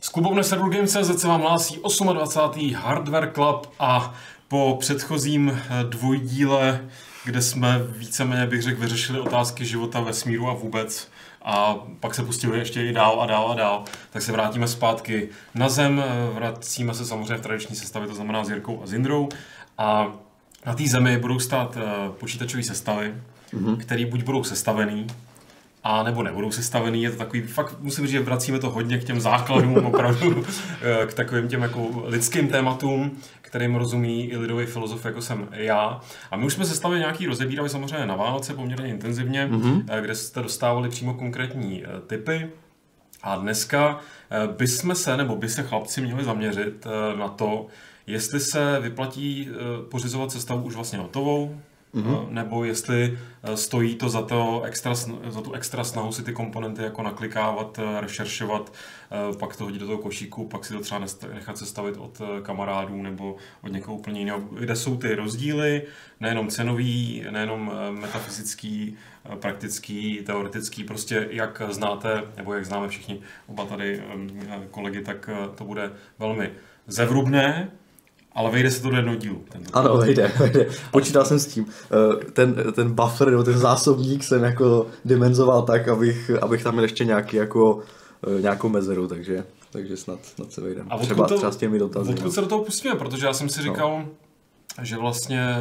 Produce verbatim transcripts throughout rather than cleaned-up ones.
klubovny serveru Games tečka cé zet se vám hlásí dvacátý osmý Hardware Club a po předchozím dvojdíle, kde jsme víceméně, bych řekl, vyřešili otázky života, vesmíru a vůbec a pak se pustili ještě i dál a dál a dál, tak se vrátíme zpátky na Zem, vracíme se samozřejmě v tradiční sestavě, to znamená s Jirkou a s Jindrou a na té Zemi budou stát počítačové sestavy, mm-hmm. které buď budou sestavený, a nebo nebudou sestavený, je to takový, fakt musím říct, že vracíme to hodně k těm základům, opravdu k takovým těm jako lidským tématům, kterým rozumí i lidový filozof, jako jsem já. A my už jsme sestavili nějaký rozebírali samozřejmě na Vánoce poměrně intenzivně, mm-hmm. kde jste dostávali přímo konkrétní typy. A dneska bychom se, nebo by se chlapci měli zaměřit na to, jestli se vyplatí pořizovat sestavu už vlastně hotovou, mm-hmm. nebo jestli stojí to za, to extra, za tu extra snahu si ty komponenty jako naklikávat, rešeršovat, pak to hodit do toho košíku, pak si to třeba nechat sestavit od kamarádů nebo od někoho úplně jiného. Kde jsou ty rozdíly, nejenom cenový, nejenom metafyzický, praktický, teoretický, prostě jak znáte, nebo jak známe všichni oba tady kolegy, tak to bude velmi zevrubné. Ale vejde se to do jednoho dílu. Ano, vejde, vejde. Počítal jsem s tím. Ten, ten buffer, nebo ten zásobník jsem jako dimenzoval tak, abych, abych tam měl ještě nějaký jako, nějakou mezeru, takže, takže snad, snad se vejdem. A třeba, to, třeba s těmi dotazy. Odkud se do toho pustíme? Protože já jsem si říkal, no. že vlastně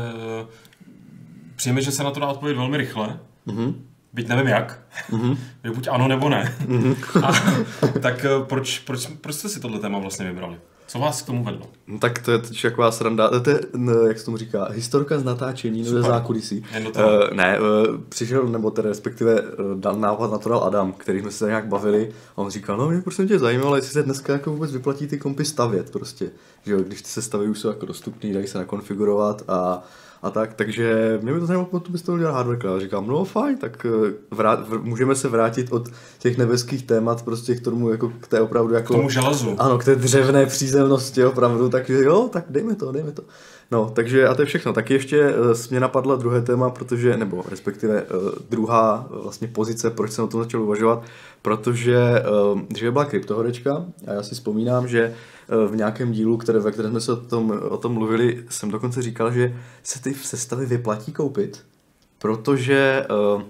přijme, že se na to dá odpovědět velmi rychle. Mm-hmm. Byť nevím jak. Mm-hmm. Buď ano, nebo ne. Mm-hmm. A, tak proč, proč, proč jste si tohle téma vlastně vybrali? Co vás k tomu vedlo? No, tak to je taková sranda, to je, jak se tomu říká, historka z natáčení, nebo zákulisí. Uh, ne, uh, přišel, nebo tedy respektive uh, nápad na to dal Adam, který jsme se nějak bavili a on říkal, no mě prostě tě zajímalo, jestli se dneska jako vůbec vyplatí ty kompy stavět prostě, že jo, když ty sestavy už jsou jako dostupný, dají se nakonfigurovat a a tak, takže mě by to zajímalo, pokud byste to udělal hardware cloud. Říkám, no fajn, tak vrát, v, můžeme se vrátit od těch nebeských témat prostě k tomu, jako k té opravdu jako... K tomu železu. Ano, k té dřevné přízemnosti opravdu, takže jo, tak dejme to, dejme to. No, takže a to je všechno. Tak ještě uh, mě napadla druhé téma, protože, nebo respektive uh, druhá vlastně pozice, proč jsem o tom začal uvažovat, protože uh, dříve byla kryptohorečka a já si vzpomínám, že v nějakém dílu, které, ve kterém jsme se o tom, o tom mluvili, jsem dokonce říkal, že se ty sestavy vyplatí koupit, protože uh,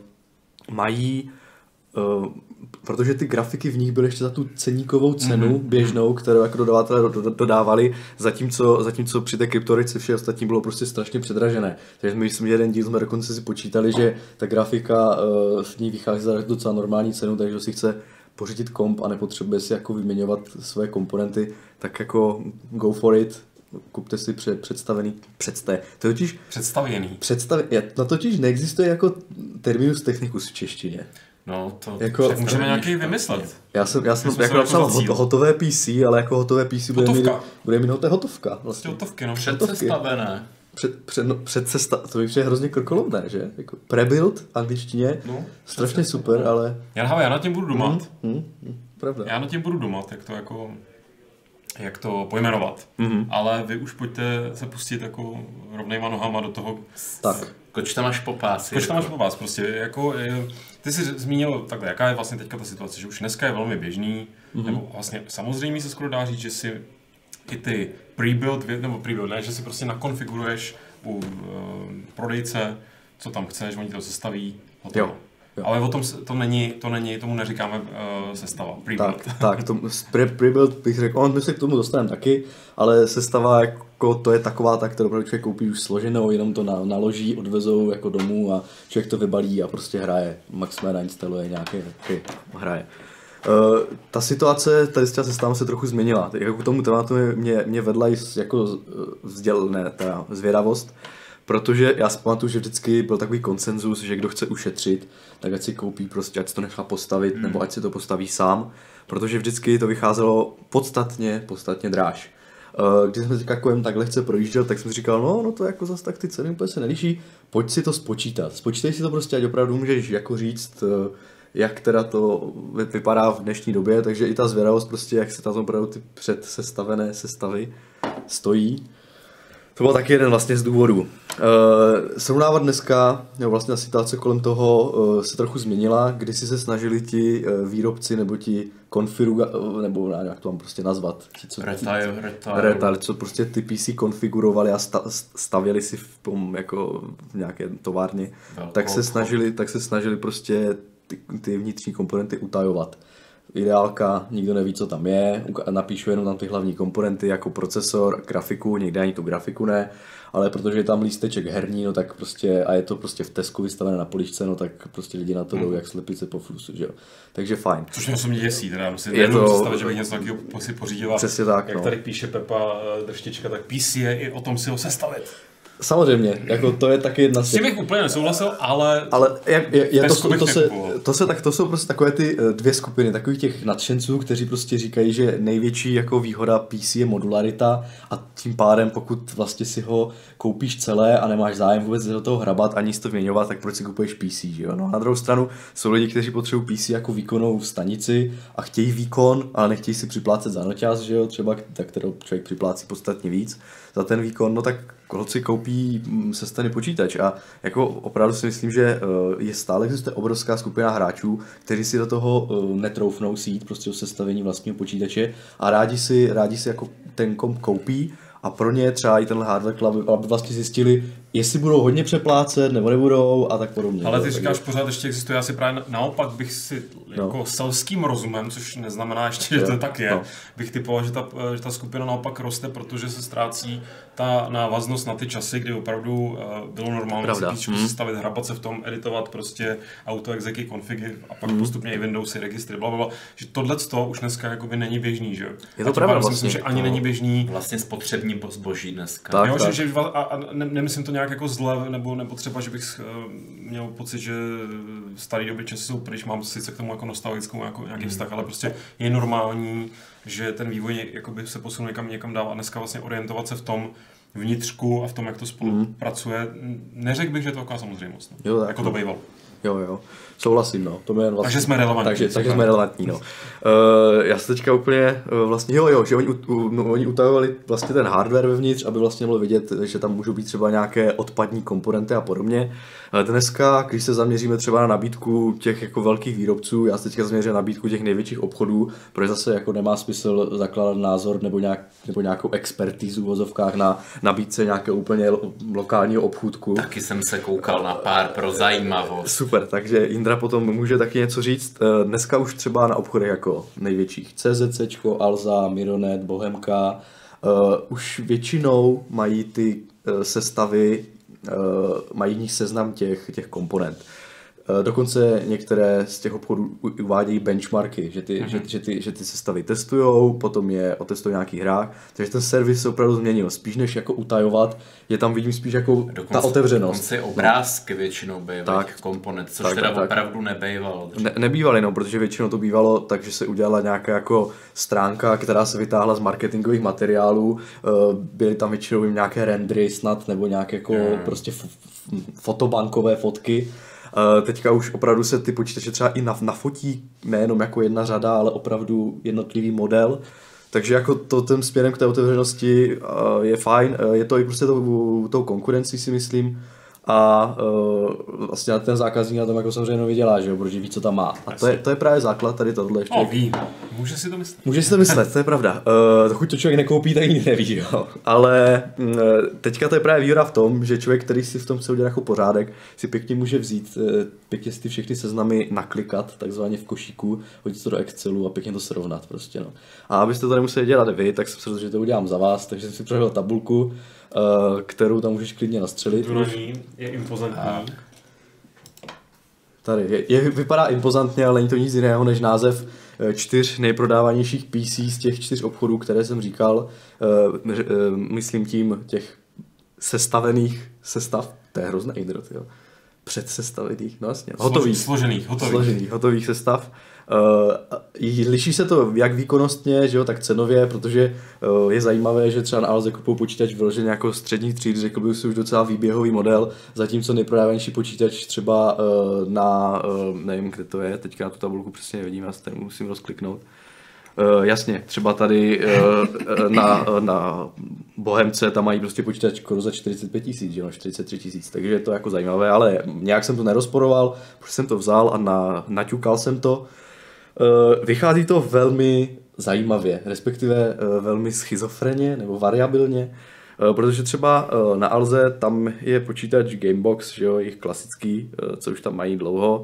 mají, uh, protože ty grafiky v nich byly ještě za tu ceníkovou cenu mm-hmm. běžnou, kterou jako dodavatelé dodávali, zatímco, zatímco při té kryptorice vše ostatní bylo prostě strašně předražené. Takže my jsme jeden díl jsme dokonce si počítali, že ta grafika uh, v ní vychází za docela normální cenu, takže si chce pořídit komp a nepotřebuje si jako vyměňovat své komponenty, tak jako go for it, kupte si před, představený, předste. To je totiž... Představěný. Představ, no totiž neexistuje jako terminus technicus v češtině. No, to jako, můžeme nějaký vymyslet. Já jsem, já jsem jako napsal hot, hotové P C, ale jako hotové P C bude mít, bude mít hotovka. hotovka vlastně. Hotovky, no. Předsestavené. Před, před, no, předsesta, to mi přijde hrozně krkolovné, že? Jako prebuild v angličtině, no, strašně super, no. ale... Já, já nad tím budu dumat. Mm, mm, mm, pravda. Já nad tím budu dumat, jak to jako... jak to pojmenovat. Mm-hmm. Ale vy už pojďte se pustit jako rovnejma nohama do toho. Tak. Koč tam až po pás. Koč tam až po pás, prostě. Jako, ty jsi zmínil takhle, jaká je vlastně teďka ta situace, že už dneska je velmi běžný, mm-hmm. nebo vlastně samozřejmě se skoro dá říct, že si i ty pre-build, nebo pre-build, ne, že si prostě nakonfiguruješ u uh, prodejce, co tam chceš, oni to sestaví, hotovo. Jo. Jo. Ale o tom to není, to není, tomu neříkáme uh, sestava, pre-build. Tak, tak to, pre, pre-build bych řekl, on my se k tomu dostaneme taky, ale sestava jako to je taková tak, kterou člověk koupí už složenou, jenom to na, naloží, odvezou jako domů a člověk to vybalí a prostě hraje. Max Mera instaluje nějaké hry, hraje. Uh, ta situace tady s sestavou se trochu změnila. Jako k tomu tématu mě, mě vedla i jako vzdělné, teda zvědavost, protože já si pamatuju, že vždycky byl takový konsenzus, že kdo chce ušetřit, tak ať si koupí prostě, ať si to nechá postavit, hmm. nebo ať si to postaví sám, protože vždycky to vycházelo podstatně, podstatně dráž. Když jsem si takovým takhle chce projížděl, tak jsem si říkal, no, no to jako zase tak ty ceny úplně se neliší, pojď si to spočítat. Spočítej si to prostě, ať opravdu můžeš jako říct, jak teda to vypadá v dnešní době, takže i ta zvědavost prostě, jak se tam opravdu ty předsestavené sestavy stojí. To byl taky jeden vlastně z důvodů. Uh, srovnávat dneska, nebo vlastně situace kolem toho uh, se trochu změnila, kdy si se snažili ti uh, výrobci nebo ti konfiguga, uh, nebo jak to mám prostě nazvat. Ti, co, Retail, retail. Retail, co prostě ty P C konfigurovali a sta, stavěli si v tom jako v nějaké továrně, tak se, snažili, tak se snažili prostě ty, ty vnitřní komponenty utajovat. Ideálka, nikdo neví, co tam je, napíšu jenom tam ty hlavní komponenty jako procesor, grafiku, někde ani tu grafiku ne, ale protože je tam lísteček herní, no tak prostě, a je to prostě v Tesku vystavené na poličce, no tak prostě lidi na to jdou jak slepice po flusu, že jo. Takže fajn. Což mě osobně děsí, teda musím je to představit, že bych něco takového si pořídila. Přesně tak, jak no. tady píše Pepa Drštička, tak P C je i o tom si ho sestavit. Samozřejmě, jako to je taky jedna z těch... S tím bych úplně nesouhlasil, ale... Ale je, je, je to, to, se, nekupoval. to, se, tak, to jsou prostě takové ty dvě skupiny, takových těch nadšenců, kteří prostě říkají, že největší jako výhoda P C je modularita a tím pádem, pokud vlastně si ho koupíš celé a nemáš zájem vůbec do toho hrabat ani si to vyměňovat, tak proč si kupuješ P C, že jo? No, na druhou stranu jsou lidi, kteří potřebují P C jako výkonnou stanici a chtějí výkon, ale nechtějí si připlácet za noťaz, že jo, třeba, za kterou člověk připlácí podstatně víc za ten výkon, no tak holci koupí sestavený počítač a jako opravdu si myslím, že je stále existuje obrovská skupina hráčů, kteří si do toho netroufnou si jít prostě o sestavení vlastního počítače a rádi si, rádi si jako ten komp koupí a pro ně třeba i tenhle hardware club, aby vlastně zjistili, jestli budou hodně přeplácet nebo nebudou a tak podobně. Ale ty říkáš, pořád ještě existuje, já si právě naopak bych si jako no. selským rozumem, což neznamená ještě, že to tak je, no. bych typoval, že ta, že ta skupina naopak roste, protože se ztrácí ta návaznost na ty časy, kdy opravdu uh, bylo normální si píčku hmm. sestavit, hrabat se v tom, editovat prostě autoexeky, konfigy a pak hmm. postupně i Windowsy, registry, blablabla, že tohleto už dneska jakoby není běžný, že jo? Je to pravda vlastně. Myslím, že ani no. není běžný. Vlastně spotřební zboží dneska. Tak, jo, tak. Že, že, a, a ne, nemyslím to nějak jako zle, nebo, nebo třeba, že bych uh, měl pocit, že starý doby časy jsou pryč, mám sice k tomu jako nostalgickou jako, nějaký mm. vztah, ale prostě je normální, že ten vývoj jakoby se posunul někam, někam dál a dneska vlastně orientovat se v tom vnitřku a v tom, jak to spolu mm. pracuje. Neřekl bych, že je to taková samozřejmost. No. Jo, tak, jako to bývalo. Jo, jo. Souhlasím, no. To vlastně, takže jsme relevantní. Takže, takže jsme relevantní, no. Uh, já se teďka úplně uh, vlastně, jo, jo, že oni, uh, no, oni utajovali vlastně ten hardware vevnitř, aby vlastně bylo vidět, že tam můžou být třeba nějaké odpadní komponenty a podobně. Uh, dneska, když se zaměříme třeba na nabídku těch jako velkých výrobců, já se teďka zaměřím na nabídku těch největších obchodů, protože zase jako nemá smysl zakládat názor nebo, nějak, nebo nějakou expertízu v vozovkách na nabídce nějakého úplně lokálního obchůdku. Taky jsem se koukal na pár pro zajímavost. Super, takže Indra potom může taky něco říct. Dneska už třeba na obchodech jako největších CZCčko, Alza, Mironet, Bohemka uh, už většinou mají ty uh, sestavy, uh, mají v nich seznam těch, těch komponent. Dokonce některé z těch obchodů uvádějí benchmarky, že ty, mm-hmm. že, že, ty, že ty sestavy testujou, potom je otestují v nějakých hrách, takže ten servis se opravdu změnil. Spíš než jako utajovat, je tam vidím spíš jako dokonce, ta otevřenost. Dokonce obrázky většinou bývají těch komponent, což tak, teda tak, opravdu nebejvalo. Ne, nebývaly, no, protože většinou to bývalo tak, že se udělala nějaká jako stránka, která se vytáhla z marketingových materiálů, byly tam většinou nějaké rendery snad, nebo nějaké jako mm. prostě f- f- fotobankové fotky. Uh, teďka už opravdu se ty počítače třeba i nafotí, nejenom jako jedna řada, ale opravdu jednotlivý model. Takže jako to tím směrem k té otevřenosti uh, je fajn, uh, je to i prostě tou, tou konkurencí si myslím. A uh, vlastně ten zákazník na tom jako samozřejmě vydělá, že jo, protože ví, co tam má. A to je, to je právě základ tady tohle ještě. No, ví. Může si to myslet. Může si to myslet, to je pravda. Uh, chuť to člověk nekoupí, tak nikdy neví, jo. Ale uh, teďka to je právě výhoda v tom, že člověk, který si v tom chce udělat jako pořádek, si pěkně může vzít, uh, pěkně si ty všechny seznamy naklikat, takzvaně v košíku, hodit to do Excelu a pěkně to srovnat prostě, no. A abyste to nemuseli dělat vy, tak jsem se rozhodl, že to udělám za vás, takže jsem si připravil tabulku, Uh, kterou tam můžeš klidně nastřelit. Tu je impozantní. Tady je, je, vypadá impozantně, ale není to nic jiného než název čtyř nejprodávanějších P C z těch čtyř obchodů, které jsem říkal. Uh, uh, myslím tím těch sestavených sestav, to je hrozné intro, jo. Předsestavených, no jasně. Hotových. Složených, hotových. Složených, hotových sestav. Uh, liší se to jak výkonnostně, že jo, tak cenově, protože uh, je zajímavé, že třeba na Alze kupují počítač vyloženě jako střední tříd, řekl bych si už docela výběhový model, zatímco nejprodávanější počítač třeba uh, na, uh, nevím, kde to je, teďka na tu tabulku přesně nevidím, já se tady musím rozkliknout. Uh, jasně, třeba tady uh, na, na Bohemce tam mají prostě počítač skoro za čtyřicet pět tisíc, no, čtyřicet tři tisíc, takže je to jako zajímavé, ale nějak jsem to nerozporoval, protože jsem to vzal a na, naťukal jsem to. Uh, vychází to velmi zajímavě, respektive uh, velmi schizofreně nebo variabilně, uh, protože třeba uh, na Alze tam je počítač Gamebox, že jo, jejich klasický, uh, co už tam mají dlouho.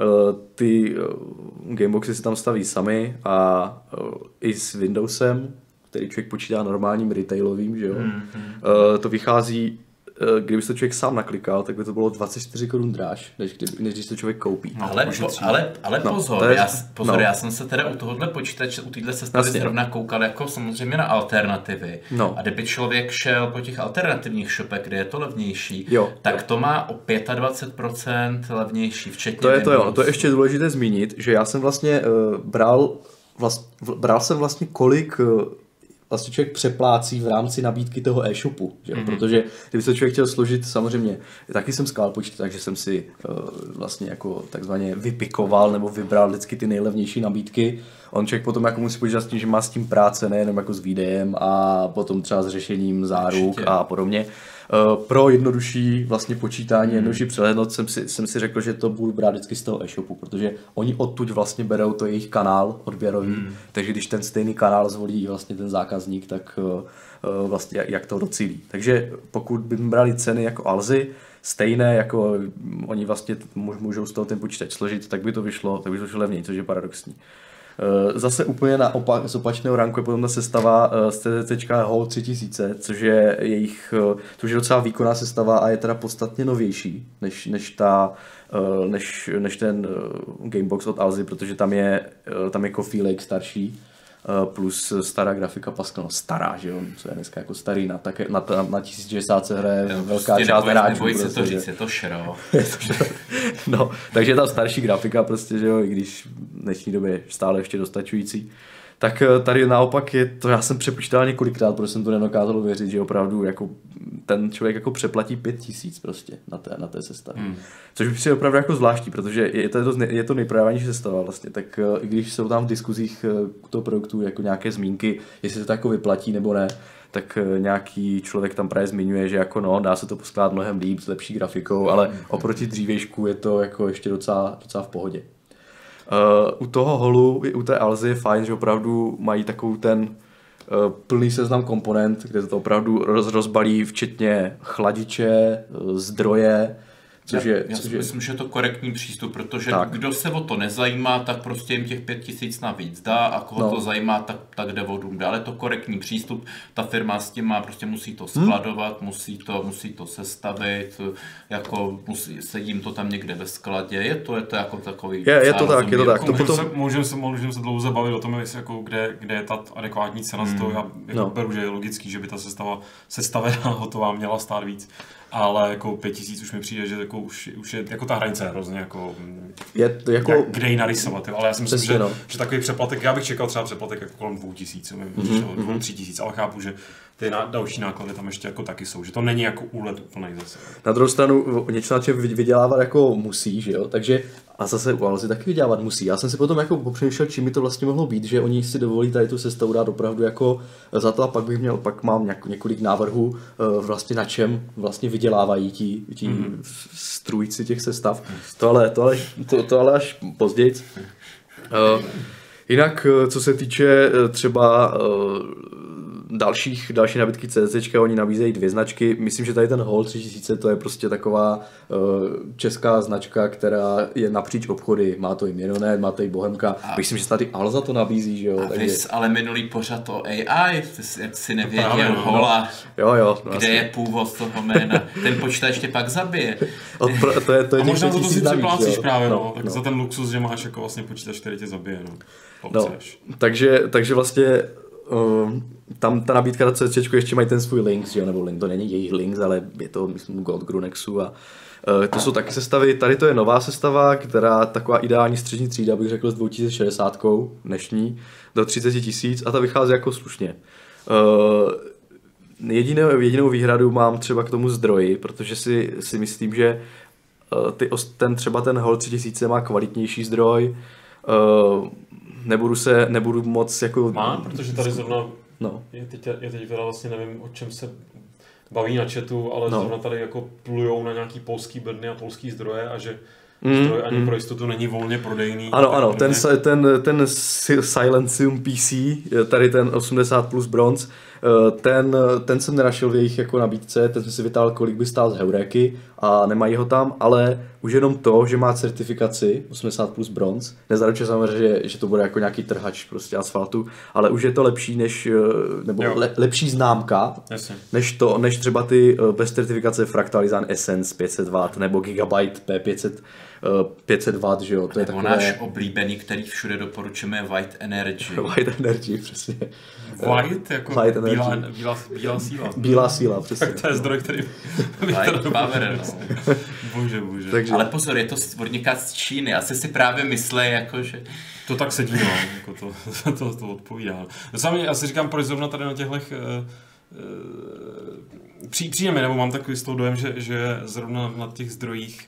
Ty Gameboxy si tam staví sami a i s Windowsem, který člověk počítá normálním retailovým, že jo, mm-hmm. to vychází, kdyby se člověk sám naklikal, tak by to bylo dvacet čtyři korun dráž, než, než když to člověk koupí. No, ale, po, ale, ale no, pozor, je, já, pozor no. já jsem se teda u tohohle počítače, u téhle sestavy Jasně. zrovna koukal jako samozřejmě na alternativy. No. A kdyby člověk šel po těch alternativních shopech, kde je to levnější, jo. tak to má o dvacet pět procent levnější, včetně To je to jo, to je ještě důležité zmínit, že já jsem vlastně uh, bral, vlast, bral jsem vlastně kolik uh, vlastně člověk přeplácí v rámci nabídky toho e-shopu, že? Mm-hmm. Protože kdyby se člověk chtěl složit, samozřejmě, taky jsem skládal počítač, takže jsem si uh, vlastně jako takzvaně vypikoval nebo vybral vždycky ty nejlevnější nabídky. On člověk potom jako musí počítat s tím, že má s tím práce, nejenom jako s výdejem a potom třeba s řešením záruk Určitě. a podobně. Uh, pro jednodušší vlastně počítání, hmm. jednodušší přehlednost jsem si, jsem si řekl, že to budu brát vždycky z toho e-shopu, protože oni odtud vlastně berou to jejich kanál odběrový, hmm. takže když ten stejný kanál zvolí vlastně ten zákazník, tak uh, uh, vlastně jak, jak to docílí. Takže pokud by brali ceny jako Alzy, stejné, jako oni vlastně můžou z toho ten počítač složit, tak by to vyšlo, tak by to vyšlo levněji, což je paradoxní. Zase úplně na opak, z opačného ranku je potom ta sestava z C Z C Hall tři tisíce, což je jejich, což je docela výkonná sestava a je teda podstatně novější než, než, ta, než, než ten Gamebox od Alzy, protože tam je, tam je Coffee Lake starší plus stará grafika Pascal, no stará, že jo, co je dneska jako starý, na, tak, na, na, na tisíc šedesát se hraje no, velká prostě část hráčů. Neboj se prostě, to říct, je to šro. No, takže je tam starší grafika prostě, že jo, i když v dnešní době je stále ještě dostačující. Tak tady naopak je to, já jsem přepočítal několikrát, protože jsem to nedokázal věřit, že opravdu jako ten člověk jako přeplatí pět tisíc prostě na té, na té sestavě. Hmm. Což už je opravdu jako zvláštní, protože je to, je to nejprodávanější sestava vlastně, tak i když jsou tam v diskuzích k toho produktu jako nějaké zmínky, jestli se to jako vyplatí nebo ne, tak nějaký člověk tam právě zmiňuje, že jako no, dá se to poskládat mnohem líp, s lepší grafikou, ale oproti dřívějšku je to jako ještě docela, docela v pohodě. Uh, u toho holu, u té Alzy je fajn, že opravdu mají takovou ten uh, plný seznam komponent, kde to opravdu roz, rozbalí včetně chladiče, uh, zdroje, což já, je... Já což si je... myslím, že je to korektní přístup, protože tak. kdo se o to nezajímá, tak prostě jim těch pět tisíc navíc dá a koho no. to zajímá, tak, tak jde o dům. Ale je to korektní přístup, ta firma s tím má, prostě musí to skladovat, hmm. musí, to, musí to sestavit, jako musí, sedím to tam někde ve skladě, je to, je to jako takový... Je, je to tak, je to tak. Jako, to potom... Můžeme se, můžeme se dlouze bavit o tom, jestli, jako, kde, kde je ta adekvátní cena hmm. z toho. Já jako no. beru, že je logický, že by ta sestava sestavená hotová měla stát víc. Ale jako pět tisíc už mi přijde, že jako už, už je jako ta hranice hrozně jako, je to jako... jak, kde ji narysovat, jo. Ale já si myslím, že, no. že takový přeplatek, já bych čekal třeba přeplatek jako kolem dvou tisíc, mm-hmm. tři tisíc, ale chápu, že ty na, další náklady tam ještě jako taky jsou, že to není jako úlet úplný zase. Na druhou stranu něco na čem vydělávat jako musí, že jo, takže a zase u Alzy taky vydělávat musí. Já jsem si potom jako popřemýšlel, čím mi to vlastně mohlo být, že oni si dovolí tady tu sestavu dát opravdu jako za to a pak bych měl, pak mám něk, několik návrhů vlastně na čem vlastně vydělávají ti, ti mm-hmm. strůjci těch sestav. To ale, to ale, to, to ale až později. Uh, jinak, co se týče třeba uh, dalších, další nabídky C Z C, oni nabízejí dvě značky. Myslím, že tady ten Hall tři tisíce to je prostě taková uh, česká značka, která je napříč obchody. Má to i Mironet, má to i Bohemka. A myslím, že tady Alza to nabízí, že jo. A takže... vys, ale minulý pořad o A I, jak si nevěděl, no, Hola, jo, jo, kde vlastně. Je původ toho jména. Ten počítač tě pak zabije. Odpr- to je, to je a možná to si přeplácíš právě, no, no, tak no. za ten luxus, že máš jako vlastně počítač, který tě zabije, no. no takže, takže vlastně Uh, tam ta nabídka na C Z C ještě mají ten svůj Lynx, že jo, nebo Lynx, to není jejich Lynx, ale je to, myslím, God Grunexu a uh, to jsou taky sestavy. Tady to je nová sestava, která taková ideální střední třída, bych řekl, s dvě tisíce šedesát dnešní do třicet tisíc a ta vychází jako slušně. Uh, jedinou, jedinou výhradu mám třeba k tomu zdroji, protože si, si myslím, že uh, ty, ten třeba ten Hall tři tisíce má kvalitnější zdroj, uh, nebudu se, nebudu moc jako... Má, protože tady zrovna, no. je teď, je teď teda vlastně nevím, o čem se baví na chatu, ale no. zrovna tady jako plujou na nějaký polský bedny a polský zdroje a že mm, zdroj ani mm. pro jistotu není volně prodejný. Ano, ano, ten, ten, ten Silencium P C, tady ten osmdesát plus bronze, ten, ten jsem nenašel v jejich jako nabídce, ten jsem si vytáhl, kolik by stál z Heuréky a nemají ho tam, ale už jenom to, že má certifikaci osmdesát plus bronze, nezaručuje samozřejmě, že, že to bude jako nějaký trhač prostě asfaltu, ale už je to lepší než, nebo le, lepší známka, Jasně. než to, než třeba ty bez certifikace Fractalizan Essence pět set wattů nebo Gigabyte P pět set, pět set wattů, že jo, to je nebo takové... náš oblíbený, který všude doporučujeme, White Energy. White Energy, přesně. White, jako White bílá, bílá, bílá síla. Bílá síla, přesně. Tak to je zdroj, který... White Power, no. Bože, bože. Takže... Ale pozor, je to vodníka z Číny, asi si právě myslej, jako že... To tak sedí, no, jako to, to, to odpovídá. Sami, já si říkám, proč zrovna tady na těchto... Uh, uh, při, přijde mi, nebo mám takový z toho dojem, že, že zrovna na těch zdrojích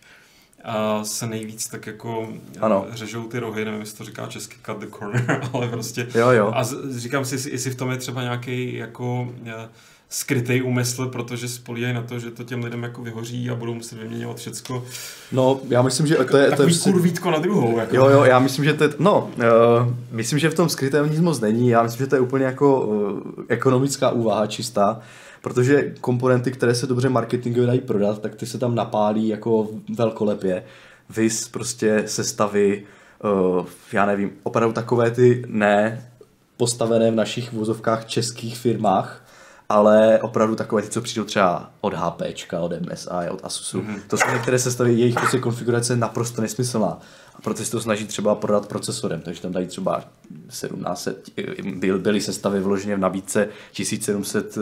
a se nejvíc tak jako ano. řežou ty rohy, nevím, jestli to říká česky cut the corner, ale prostě. Jo, jo. A z, říkám si, jestli v tom je třeba nějaký jako skrytý úmysl, protože spolíhají na to, že to těm lidem jako vyhoří a budou muset vyměňovat všecko. No, já myslím, že to je... Takový to je kurvítko na druhou. Jako. Jo, jo, já myslím, že to je... No, uh, myslím, že v tom skrytém nic moc není. Já myslím, že to je úplně jako uh, ekonomická úvaha čistá. Protože komponenty, které se dobře marketingově dají prodat, tak ty se tam napálí jako velkolepě. Vys prostě sestavy, uh, já nevím, opravdu takové ty ne postavené v našich vozovkách českých firmách, ale opravdu takové ty, co přijdou třeba od HPčka, od M S I, od Asusu. Mm-hmm. To jsou některé sestavy, jejich prostě konfigurace je naprosto nesmyslná. A proto si to snaží třeba prodat procesorem, takže tam dají třeba sedmnáct set, byly sestavy vloženě v nabídce tisíc sedm set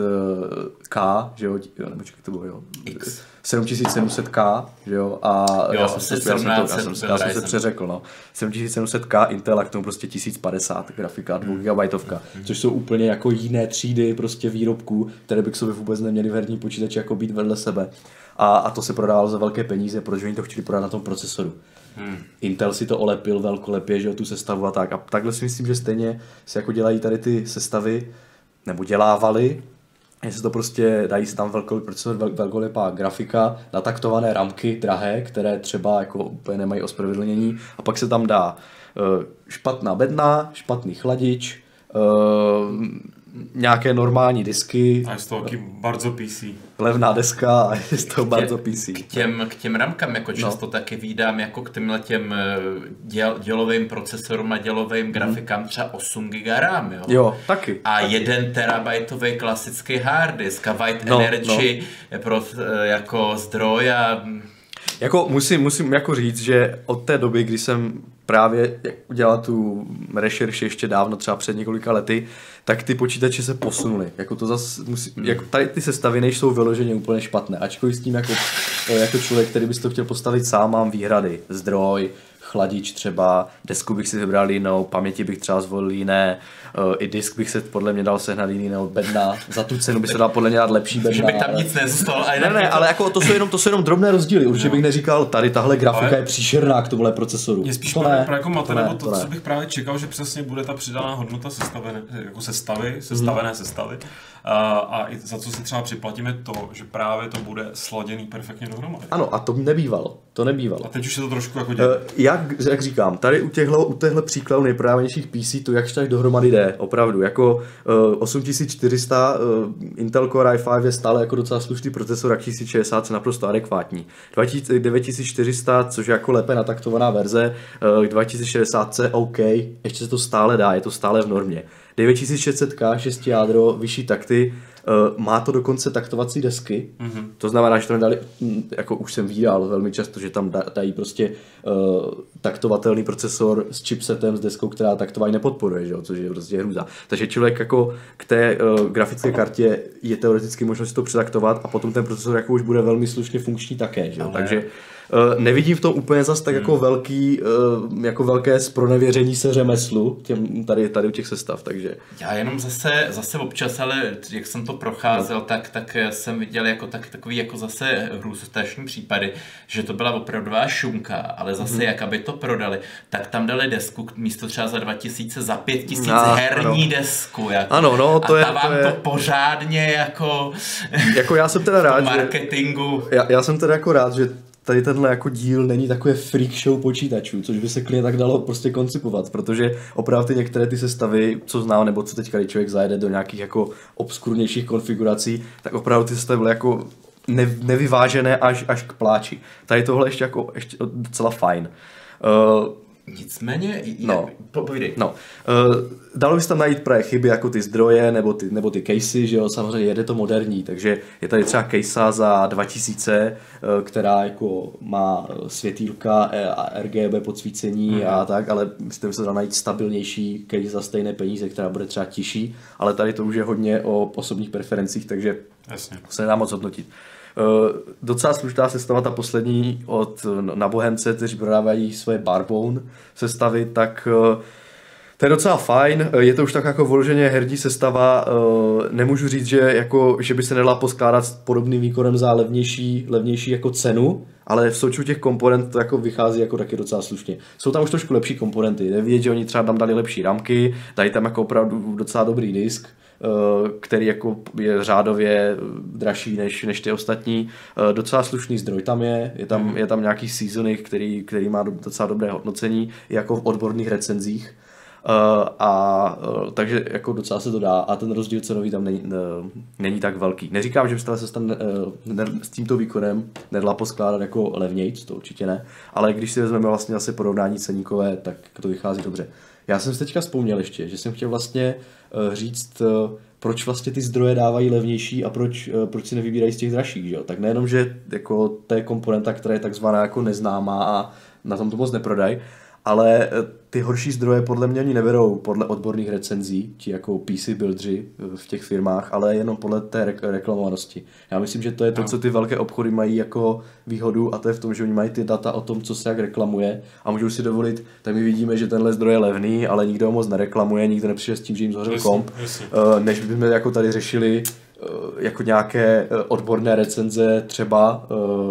K, že jo, nebo čekaj, to bylo, jo, X. sedm tisíc sedm set K, že jo, a jo, já jsem se, já jsem, to, já jsem, já jsem se přeřekl, no, sedm tisíc sedm set K Intel a k tomu prostě tisíc padesát grafika, dvou gigabajtovka, mm. což jsou úplně jako jiné třídy prostě výrobků, které by k sobě vůbec neměly v herní počítači jako být vedle sebe. A, a to se prodávalo za velké peníze, protože oni to chtěli prodat na tom procesoru. Hmm. Intel si to olepil velkolepě, že jo, tu sestavu a tak. A takhle si myslím, že stejně se jako dělají tady ty sestavy, nebo dělávali, že se to prostě dají si tam velkolepý procesor, vel, velkolepá grafika, nataktované ramky drahé, které třeba jako úplně nemají ospravedlnění, a pak se tam dá uh, špatná bedna, špatný chladič, uh, nějaké normální disky. A je to taky bardzo P C. Levná deska a je to bardzo P C. K těm, k těm ramkám jako často no. taky vídám jako k těmhle těm děl, dělovým procesorům a dělovým mm. grafikám třeba osm giga RAM, jo? Jo, taky. A jeden terabajtový klasický hard disk a White no, Energy no. pro, jako zdroj a... Jako musím, musím jako říct, že od té doby, kdy jsem právě udělal tu rešerši ještě dávno, třeba před několika lety, tak ty počítače se posunuly. Jako to zas musí, hmm. jako tady ty sestavy nejsou vyloženě úplně špatné. Ačkoliv s tím jako, jako člověk, který by si to chtěl postavit sám, mám výhrady. Zdroj, chladič třeba, desku bych si vybral jinou, paměti bych třeba zvolil jiné, uh, i disk bych se podle mě dal sehnat jiný od bedna, za tu cenu by se dal podle mě dát lepší bedna. Že by tam nic nezůstalo. Ne, ne, ale jako to jsou jenom, to jsou jenom drobné rozdíly, určitě no. bych neříkal, tady tahle grafika ale je příšerná k tomuhle procesoru. Je spíš to právě ne, pro jako mate, nebo to, to co bych právě čekal, že přesně bude ta přidaná hodnota sestavené, jako sestavy, sestavené hmm. sestavy. A, a i za co si třeba připlatíme to, že právě to bude sladěný perfektně dohromady. Ano, a to nebývalo. To nebývalo. A teď už se to trošku jako dělá. Uh, jak, jak říkám, tady u těchto, u těchto příkladů nejprodávanějších P C to jakž tak dohromady jde, opravdu. Jako uh, osm tisíc čtyři sta uh, Intel Core i pět je stále jako docela slušný procesor, a tisíc šedesát je naprosto adekvátní. devět tisíc čtyři sta, což je jako lépe nataktovaná verze, uh, dva tisíce šedesát OK, ještě se to stále dá, je to stále v normě. devět tisíc šest set K, šest jádro, vyšší takty, uh, má to dokonce taktovací desky, mm-hmm. to znamená, že to nedali, jako už jsem viděl velmi často, že tam dají prostě uh, taktovatelný procesor s chipsetem, s deskou, která taktování nepodporuje, že jo? Což je prostě hrůza. Takže člověk jako k té uh, grafické kartě je teoreticky možnost to přetaktovat a potom ten procesor jako už bude velmi slušně funkční také, že jo? Ale... Takže nevidím v tom úplně zas tak hmm. jako velký, jako velké zpronevěření se řemeslu těm, tady, tady u těch sestav, takže. Já jenom zase, zase občas, ale jak jsem to procházel, no. tak, tak jsem viděl jako tak, takový jako zase hrůzostrašný případy, že to byla opravdová šunka, ale zase hmm. jak aby to prodali, tak tam dali desku místo třeba za dva tisíce, za pět tisíc no, herní no. desku. Jako. Ano, no, to a je. A vám to, je... to pořádně jako. Jako já jsem teda rád, marketingu. Že, já, já jsem teda jako rád, že tady tenhle jako díl není takové freak show počítačů, což by se klidně tak dalo prostě koncipovat, protože opravdu ty některé ty sestavy, co znám, nebo co teďka, když člověk zajede do nějakých jako obskurnějších konfigurací, tak opravdu ty sestavy byly jako ne, nevyvážené až, až k pláči. Tady tohle ještě jako ještě docela fajn. Uh, Nicméně, no, povídej. No, uh, dalo by se tam najít právě chyby jako ty zdroje nebo ty, nebo ty casey, že jo, samozřejmě jede to moderní, takže je tady třeba case za dva tisíce, uh, která jako má světýlka a R G B podsvícení mm. a tak, ale myslím, že se dá najít stabilnější case za stejné peníze, která bude třeba tižší, ale tady to už je hodně o osobních preferencích, takže Jasně. se nedá moc hodnotit. Uh, docela slušná sestava, ta poslední od Na Bohemce, kteří prodávají svoje Barbone sestavy, tak uh, to je docela fajn, je to už tak jako vloženě herní sestava, uh, nemůžu říct, že, jako, že by se nedala poskládat s podobným výkonem za levnější, levnější jako cenu, ale v součtu těch komponent to jako vychází jako taky docela slušně. Jsou tam už trošku lepší komponenty, je vidět, že oni třeba tam dali lepší ramky, dají tam jako opravdu docela dobrý disk, který jako je řádově dražší než, než ty ostatní. Docela slušný zdroj tam je, je tam, je tam nějaký seasoning, který, který má docela dobré hodnocení, jako v odborných recenzích. A takže jako docela se to dá a ten rozdíl cenový tam není, není tak velký. Neříkám, že byste se tam s tímto výkonem nedala poskládat jako levnějc, to určitě ne, ale když si vezmeme vlastně asi porovnání ceníkové, tak to vychází dobře. Já jsem si teďka vzpomněl ještě, že jsem chtěl vlastně říct, proč vlastně ty zdroje dávají levnější a proč, proč si nevybírají z těch dražších, že jo? Tak nejenom, že jako to je komponenta, která je takzvaná jako neznámá a na tom to moc neprodají, ale ty horší zdroje podle mě oni neberou podle odborných recenzí, ti jako P C buildři v těch firmách, ale jenom podle té reklamovanosti. Já myslím, že to je to, co ty velké obchody mají jako výhodu a to je v tom, že oni mají ty data o tom, co se jak reklamuje a můžou si dovolit, tak my vidíme, že tenhle zdroj je levný, ale nikdo ho moc nereklamuje, nikdo nepřišel s tím, že jim zhořel komp, než bychom jako tady řešili jako nějaké odborné recenze třeba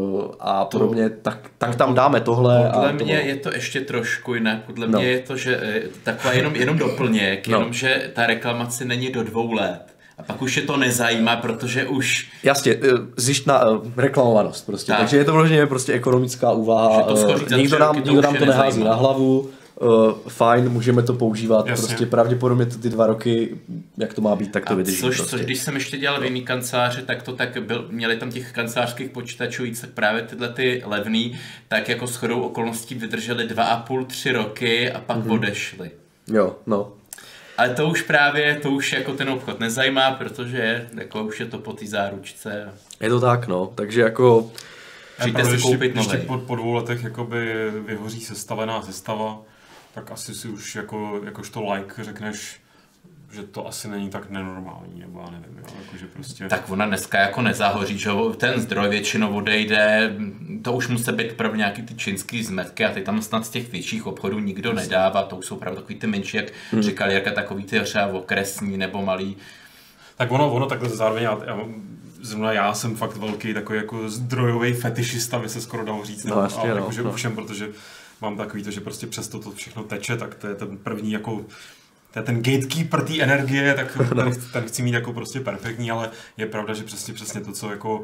a podobně, tak, tak tam dáme tohle. Podle a mě tohle. Je to ještě trošku jinak, podle no. mě je to, že taková jenom, jenom doplněk, no. jenom že ta reklamace není do dvou let. A pak už je to nezajímá, protože už... Jasně, zjištná reklamovanost prostě, tak. Takže je to vloženě prostě ekonomická úvaha, nikdo nám, nikdo nám to nehází nezajímá. Na hlavu. Uh, fajn, můžeme to používat, Jasně. Prostě pravděpodobně to ty dva roky, jak to má být, tak to a vydrží. Což, prostě. což když jsem ještě dělal v jiný kanceláři, tak to tak byl, měli tam těch kancelářských počítačů víc, tak právě tyhle ty levný, tak jako shodou okolností vydrželi dva a půl, tři roky a pak mm-hmm. odešli. Jo, no. Ale to už právě, to už jako ten obchod nezajímá, protože jako už je to po té záručce. Je to tak, no, takže jako... Přijďte si koupit novej. Když po, po dvou letech jakoby vyhoří sestavená sestava, tak asi si už jako, jakožto like řekneš, že to asi není tak nenormální, nebo já nevím, jo, jakože prostě... Tak ona dneska jako nezahoří, že ten zdroj většinou odejde, to už musí být opravdu nějaký ty čínský zmetky a ty tam snad z těch větších obchodů nikdo nedává, to už jsou opravdu takový ty menší, jak hmm. říkali, jak takový ty třeba okresní nebo malý. Tak ono, ono takhle zároveň, já, já, zrovna já jsem fakt velký takový jako zdrojový fetišista, by se skoro dalo říct, no, no, vlastně, ale no, jakože no. Všem, protože mám takový to, že prostě přesto to všechno teče, tak to je ten první jako, to je ten gatekeeper té energie, tak ten, ten chci mít jako prostě perfektní, ale je pravda, že přesně přesně to, co jako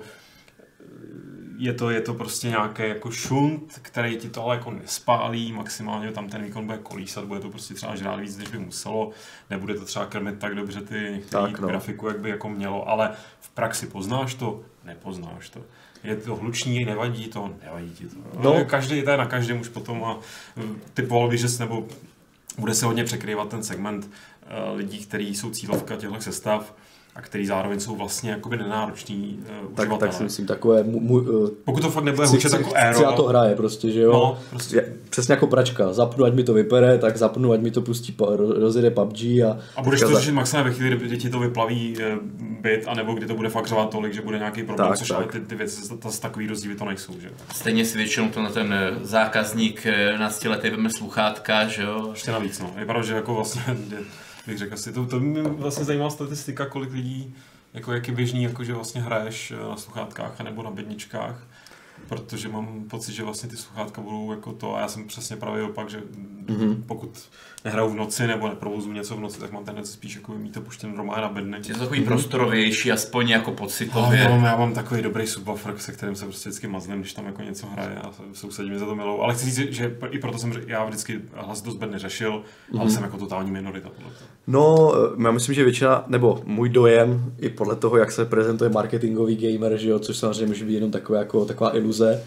je to, je to prostě nějaký jako šunt, který ti to ale jako nespálí, maximálně tam ten výkon bude kolísat, bude to prostě třeba žrát víc, než by muselo, nebude to třeba krmit tak dobře ty některé no. grafiku, jak by jako mělo, ale v praxi poznáš to, nepoznáš to. Je to hluční, nevadí to, nevadí ti to. No. Každý, to je na každém už potom a typoval bych, že nebo bude se hodně překrývat ten segment uh, lidí, kteří jsou cílovka těchto sestav, a který zároveň jsou vlastně jakoby nenáročný uh, tak, uživatelé. tak si myslím, takové... Mu, mu, uh, Pokud to fakt nebude hučet jako Aero. Já to hraje prostě, že jo? No, prostě. Je, přesně jako pračka. Zapnu, ať mi to vypere, tak zapnu, ať mi to pustí, rozjede P U B G a... A budeš to řešit maximálně ve chvíli, kdy ti to vyplaví byt, anebo kdy to bude fakt řovat tolik, že bude nějaký problém, tak, což tak. Ale ty, ty věci, z takový rozdíly to nejsou, že? Stejně si většinou to na ten zákazník náctiletý veme sluchátka, že jo? Ještě navíc, no. Je pravda, že jako vlastně, bych řekl si, to, to mě vlastně zajímá statistika, kolik lidí, jako jak je běžný, jako že vlastně hraješ na sluchátkách nebo na bedničkách, protože mám pocit, že vlastně ty sluchátka budou jako to a já jsem přesně právě opak, že mm-hmm. pokud nehraju v noci nebo neprovozuji něco v noci, tak mám tendenci spíš jako mít to puštěn doma na bedny. Je to takový mm-hmm. prostorovější, aspoň jako pocitově. Já mám, já mám takový dobrý subwoofer, se kterým se prostě vždycky mazlím, když tam jako něco hraje a sousedí mi za to milou. Ale chci říct, že i proto jsem já vždycky hlasitost bedny řešil, mm-hmm. ale jsem jako totální minorita podle toho. No, já myslím, že většina, nebo můj dojem, i podle toho, jak se prezentuje marketingový gamer, že jo, což samozřejmě může být jenom taková, jako, taková iluze,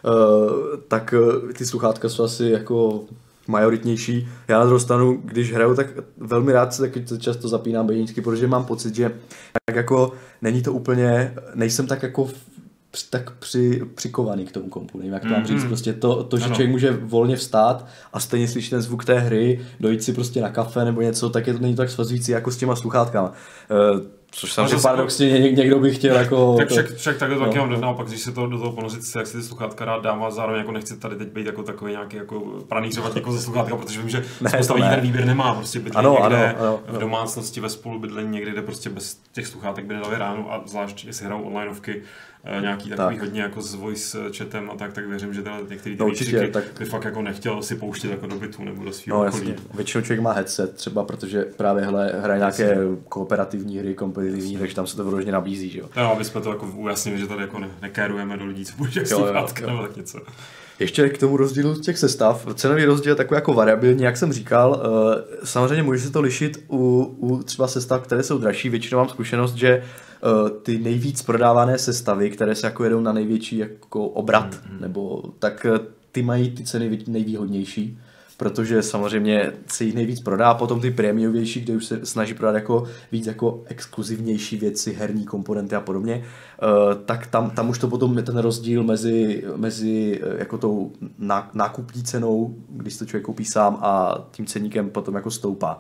uh, tak uh, ty sluchátka jsou asi jako majoritnější. Já na druhou stranu, když hraju, tak velmi rád se taky často zapínám bedničky, protože mám pocit, že tak jako není to úplně, nejsem tak jako tak při, přikovaný k tomu kompu, nevím jak to mám říct, prostě to, to že ano. Člověk může volně vstát a stejně slyší ten zvuk té hry, dojít si prostě na kafe nebo něco, tak je to není tak svazující jako s těma sluchátkama. Uh, Což samozřejmě paradoxně jako... někdo by chtěl jako... Tak však, však takhle to taky mám naopak, když se to do toho ponořit, jak si ty sluchátka rád dám a zároveň jako nechci tady teď být jako takový nějaký jako pranířovat jako ze sluchátka, protože vím, že spousta lidí ten výběr nemá, prostě bydlí ano, někde ano, ano, ano. v domácnosti, ve spolubydlení někde, kde prostě bez těch sluchátek by nedali ránu a zvlášť jestli hrajou onlineovky, nějaký takový tak. hodně jako s voice chatem a tak, tak věřím, že některý ty no, výstřiky tak... by fakt jako nechtěl si pouštět jako do bytu nebo do svého no, okolí. Jasně. Většinou člověk má headset třeba, protože právě hele, hraje nějaké kooperativní hry, kompetitivní, takže tam se to vyloženě nabízí, že jo. No, aby jsme to jako ujasnili, že tady jako ne- nekérujeme do lidí, co bude jak sluchátka nebo tak něco. Ještě k tomu rozdílu těch sestav. Cenový rozdíl je takový jako variabilní, jak jsem říkal. Samozřejmě může se to lišit u, u třeba sestav, které jsou dražší. Většinou mám zkušenost, že ty nejvíc prodávané sestavy, které se jako jedou na největší jako obrat, mm-hmm. nebo tak ty mají ty ceny nejvýhodnější, protože samozřejmě se jich nejvíc prodá, potom ty prémiovější, kde už se snaží prodat jako víc jako exkluzivnější věci, herní komponenty a podobně, tak tam, tam už to potom je ten rozdíl mezi, mezi jako tou nákupní cenou, když to člověk koupí sám, a tím ceníkem potom jako stoupá.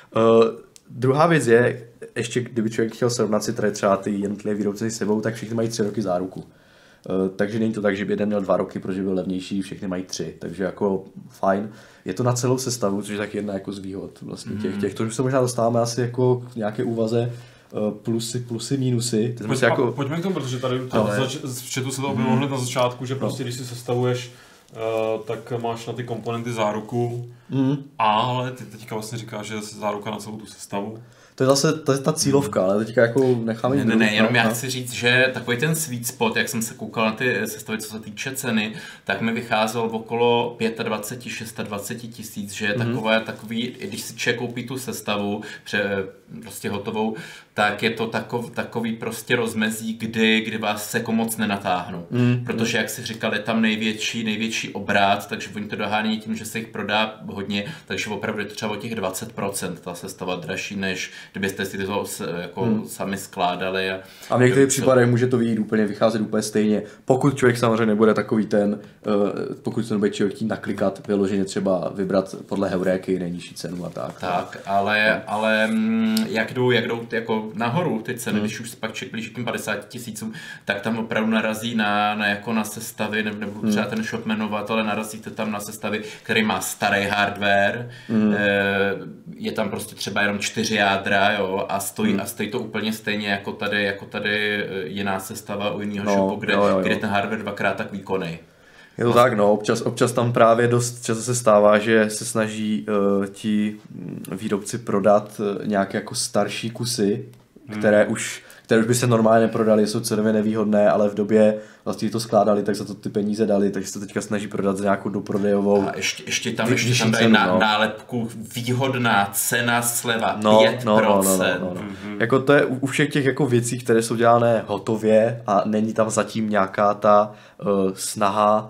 Druhá věc je, ještě kdyby člověk chtěl srovnat si tady třeba ty jednotlivé výrobce s sebou, tak všichni mají tři roky záruku. Uh, takže není to tak, že by jeden měl dva roky, protože byl levnější, všechny mají tři, takže jako fajn. Je to na celou sestavu, což je tak jedna jako z výhod vlastně těch, těch, to už se možná dostáváme asi jako k nějaké úvaze uh, plusy, plusy, mínusy. Pojď, jako... Pojďme k tomu, protože tady Ale... zač- v chatu se to objevilo hned na začátku, že prostě no. když si sestavuješ, uh, tak máš na ty komponenty záruku, mm. ale ty teďka vlastně říkáš, že je záruka na celou tu sestavu. To je zase to je ta cílovka, ale teďka jako necháme... Ne, ne, ne, jenom já chci říct, že takový ten sweet spot, jak jsem se koukal na ty sestavy, co se týče ceny, tak mi vycházel okolo dvacet pět, dvacet šest tisíc, že je mm-hmm. takové, takový, když si člověk koupí tu sestavu, pře, prostě hotovou, tak je to takov, takový prostě rozmezí, kdy, kdy vás se jako moc nenatáhnou. Mm. Protože, jak si říkal, je tam největší, největší obrat, takže oni to dohání tím, že se jich prodá hodně, takže opravdu je to třeba o těch dvacet procent ta sestava dražší, než kdybyste si to jako mm. sami skládali. A, a v některých případech může to vyjít úplně, vycházet úplně stejně. Pokud člověk samozřejmě nebude takový ten, pokud se nebude člověk chtít naklikat, vyloženě třeba vybrat podle heuréky nejnižší cenu a tak. Tak, ale, no. ale jak jdou, jak jdou jako nahoru ty ceny, hmm. když už pak člověk blíží k těm padesáti tisícům, tak tam opravdu narazí na, na, jako na sestavy, ne, nebudu hmm. třeba ten shop jmenovat, ale narazíte tam na sestavy, který má starý hardware, hmm. e, je tam prostě třeba jenom čtyři jádra, jo, a stojí, hmm. a stojí to úplně stejně jako tady, jako tady jiná sestava u jiného no, shopu, kde, jo, jo, jo. kde ten hardware dvakrát tak výkonný. Je to tak, no, občas, občas tam právě dost často se stává, že se snaží uh, ti výrobci prodat uh, nějaké jako starší kusy, hmm. které už které už by se normálně neprodaly, jsou cenově nevýhodné, ale v době vlastně to skládali, tak za to ty peníze dali, takže se to teďka snaží prodat za nějakou doprodejovou. A ještě, ještě tam, ještě tam dají no. nálepku výhodná cena sleva no, pět procent. No, no, no, no, no. Mm-hmm. Jako to je u všech těch jako věcí, které jsou dělané hotově a není tam zatím nějaká ta uh, snaha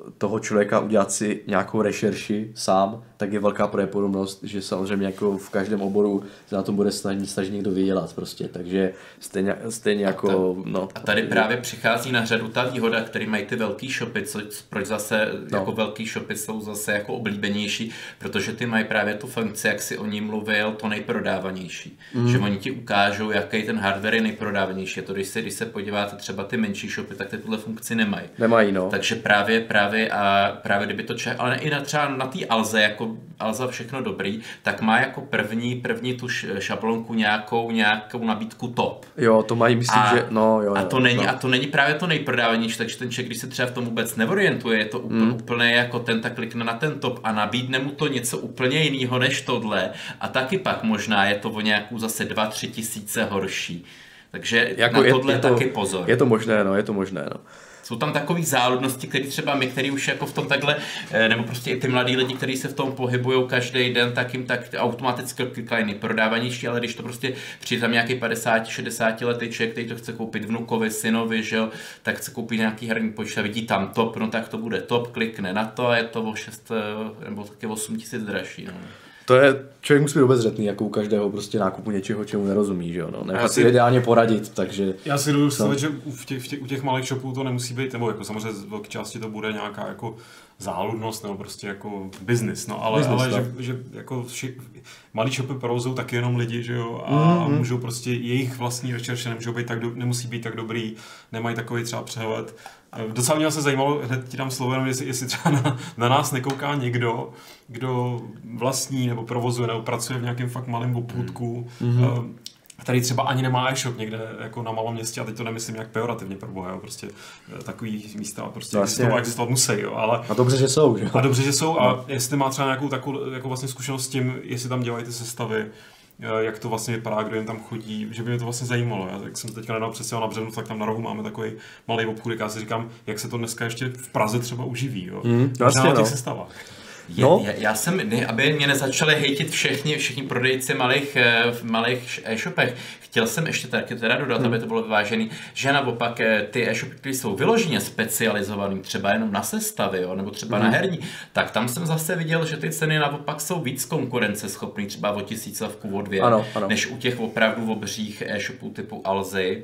toho člověka udělat si nějakou rešerši sám, tak je velká pravděpodobnost, že samozřejmě jako v každém oboru se na tom bude snažit, snažit někdo vydělat prostě, takže stejně, stejně jako, ta, no. A tady právě přichází na řadu ta výhoda, který mají ty velký shopy, co, proč zase no. jako velký shopy jsou zase jako oblíbenější, protože ty mají právě tu funkci, jak si o ní mluvil, to nejprodávanější. Mm. Že oni ti ukážou, jaký ten hardware je nejprodávanější. A to, když se, když se podíváte třeba ty menší shopy, tak ty tuhle funkci nemají. Nemají, no. Takže právě, právě a právě kdyby to člověk, ale i na třeba na té Alze, jako Alza všechno dobrý, tak má jako první, první tu šablonku nějakou, nějakou nabídku top. Jo, to mají, myslím, a, že, no jo. A to, jo, není, no. a to není právě to nejprodávanější, takže ten člověk, když se třeba v tom vůbec neorientuje, je to úplně, mm. úplně jako ten, tak klikne na ten top a nabídne mu to něco úplně jiného než tohle a taky pak možná je to o nějakou zase dva, tři tisíce horší. Takže jako na tohle je, je to, taky pozor. Je to možné, no, je to možné, no. Jsou tam takové záludnosti, které třeba my, který už jako v tom takhle, nebo prostě i ty mladí lidi, kteří se v tom pohybují každý den, tak jim tak automaticky klikají nejprodávanější, ale když to prostě přijde tam nějaký padesát šedesát letý člověk, který to chce koupit vnukovi, synovi, že jo, tak chce koupit nějaký herní počítač, vidí tam top, no tak to bude top, klikne na to a je to o šest nebo taky osm tisíc dražší. No. To je, člověk musí být obezřetný, jako u každého prostě nákupu něčeho, čemu nerozumí, že jo, no. Nechat si ideálně poradit, takže... Já si dovedu představit, že v těch, v těch, u těch malých shopů to nemusí být, nebo jako samozřejmě z velké části to bude nějaká jako záludnost, nebo prostě jako business, no, ale, business, ale že, že jako vši, malý shopy provozují taky jenom lidi, že jo, a mm-hmm. můžou prostě, jejich vlastní rešerše nemůžou být tak do, nemusí být tak dobrý, nemají takový třeba přehled. Docela mě se zajímalo, hned ti dám slovo, jenom jestli, jestli třeba na, na nás nekouká někdo, kdo vlastní nebo provozuje nebo pracuje v nějakém fakt malém obchůdku, mm-hmm. který třeba ani nemá e-shop někde jako na malém městě, a teď to nemyslím nějak pejorativně pro boha, jo, prostě takový místa prostě existovat, existovat musí, jo, ale... A dobře, že jsou, že? A dobře, že jsou, a jestli má třeba nějakou takovou jako vlastně zkušenost s tím, jestli tam dělají ty sestavy, jak to vlastně vypadá, kdo jen tam chodí, že by mě to vlastně zajímalo. Já, jak jsem teďka nedal přestěhoval na Břevnu, tak tam na rohu máme takový malý obchůdek, já si říkám, jak se to dneska ještě v Praze třeba uživí, jo. Mm, vlastně, na těch no. sestavách. Je, no. já, já jsem, ne, aby mě nezačali hejtit všichni, všichni prodejci malých, v malých e-shopech. Chtěl jsem ještě taky teda dodat, hmm. aby to bylo vyvážený, že naopak ty e-shopy, které jsou vyloženě specializované třeba jenom na sestavy, jo, nebo třeba hmm. na herní, tak tam jsem zase viděl, že ty ceny naopak jsou víc konkurenceschopný, třeba o tisícovku, o dvě, ano, ano. než u těch opravdu obřích e-shopů typu Alzy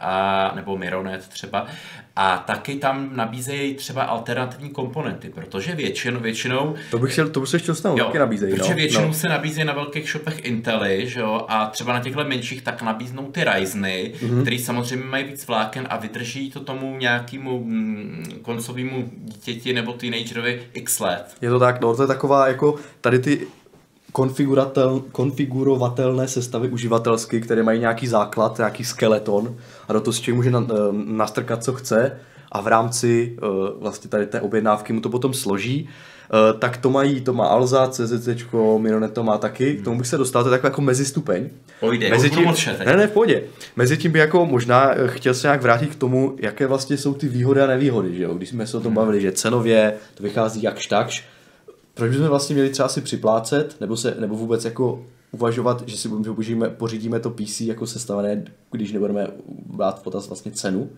a, nebo Mironet třeba. A taky tam nabízejí třeba alternativní komponenty, protože většinou, většinou to bych chtěl, to bych se chtěl stát, taky nabízejí. Protože no, většinou no. se nabízejí na velkých shopech Intely, že jo, a třeba na těchto menších tak nabíznou ty Ryzeny, mm-hmm. který samozřejmě mají víc vláken a vydrží to tomu nějakému mm, koncovému dítěti nebo teenagerovi x let. Je to tak, no, to je taková jako tady ty konfiguratel, konfigurovatelné sestavy uživatelsky, které mají nějaký základ, nějaký skeleton a do toho si člověk může na, nastrkat, co chce, a v rámci uh, vlastně tady té objednávky mu to potom složí. Uh, tak to mají, to má Alza, CZCčko, Mironet to má taky, k tomu bych se dostal, to je takový jako mezistupeň. Pojde, mezi tím, mlčet, ne, ne, v pohodě. Mezi tím by jako možná chtěl se nějak vrátit k tomu, jaké vlastně jsou ty výhody a nevýhody, že jo? Když jsme se o tom bavili, že cenově to vychází jakž takž, proč bychom vlastně měli třeba si připlácet, nebo, se, nebo vůbec jako uvažovat, že si pořídíme, pořídíme to P C jako sestavené, když nebudeme brát v potaz vlastně cenu, uh,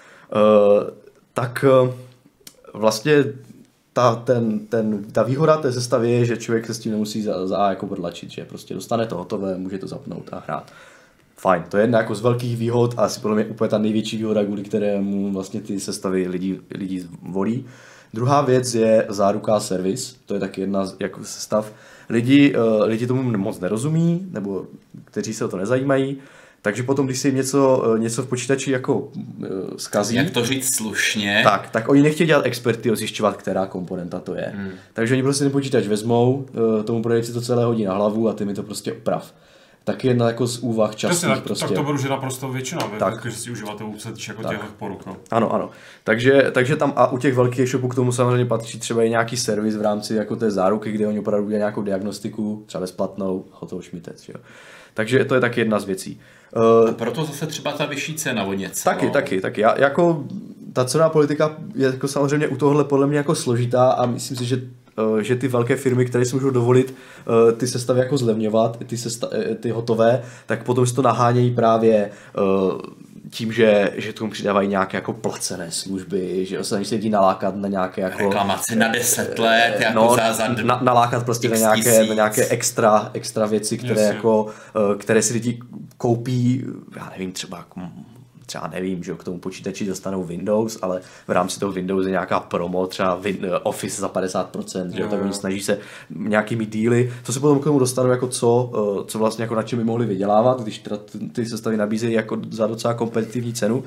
tak uh, vlastně ta, ten, ten, ta výhoda té sestavy je, že člověk se s tím nemusí za, za A jako podlačit, že prostě dostane to hotové, může to zapnout a hrát. Fajn, to je jedna jako z velkých výhod a asi podle mě úplně ta největší výhoda, kvůli kterému vlastně ty sestavy lidi, lidi volí. Druhá věc je záruka a servis, to je taky jedna z jako sestav. Lidi, uh, lidi tomu moc nerozumí, nebo kteří se o to nezajímají, takže potom, když se jim něco, něco v počítači jako uh, zkazí... Jak to říct slušně? Tak, tak oni nechtějí dělat experty a zjišťovat, která komponenta to je. Hmm. Takže oni prostě ten počítač vezmou, uh, tomu prodejci to celé hodí na hlavu a ty mi to prostě oprav. Taky jedna jako z úvah častých tak, prostě. Tak to beru, že naprosto většina, tak. Že si uživatelů se týče jako těch poruk. No. Ano, ano. Takže, takže tam a u těch velkých shopů k tomu samozřejmě patří třeba i nějaký servis v rámci jako té záruky, kde oni opravdu dělají nějakou diagnostiku, třeba bezplatnou, hotovo šmitec. Jo. Takže to je taky jedna z věcí. A proto zase třeba ta vyšší cena o něco. Taky, no. taky, taky. Já, jako ta cenová politika je jako samozřejmě u tohohle podle mě jako složitá a myslím si, že že ty velké firmy, které si můžou dovolit ty sestavy jako zlevňovat, ty, sesta- ty hotové, tak potom si to nahánějí právě tím, že, že tomu přidávají nějaké jako placené služby, že se lidi nalákat na nějaké jako... Reklamaci na deset let, jako no, za, za na, nalákat prostě na nějaké, na nějaké extra, extra věci, které, jako, které si lidi koupí, já nevím, třeba třeba nevím, že k tomu počítači dostanou Windows, ale v rámci toho Windows je nějaká promo, třeba Office za padesát procent, že jo, tak oni snaží se nějakými díly, co se potom k tomu dostanou, jako co, co vlastně jako na čem by mohli vydělávat, když teda ty sestavy nabízejí jako za docela kompetitivní cenu.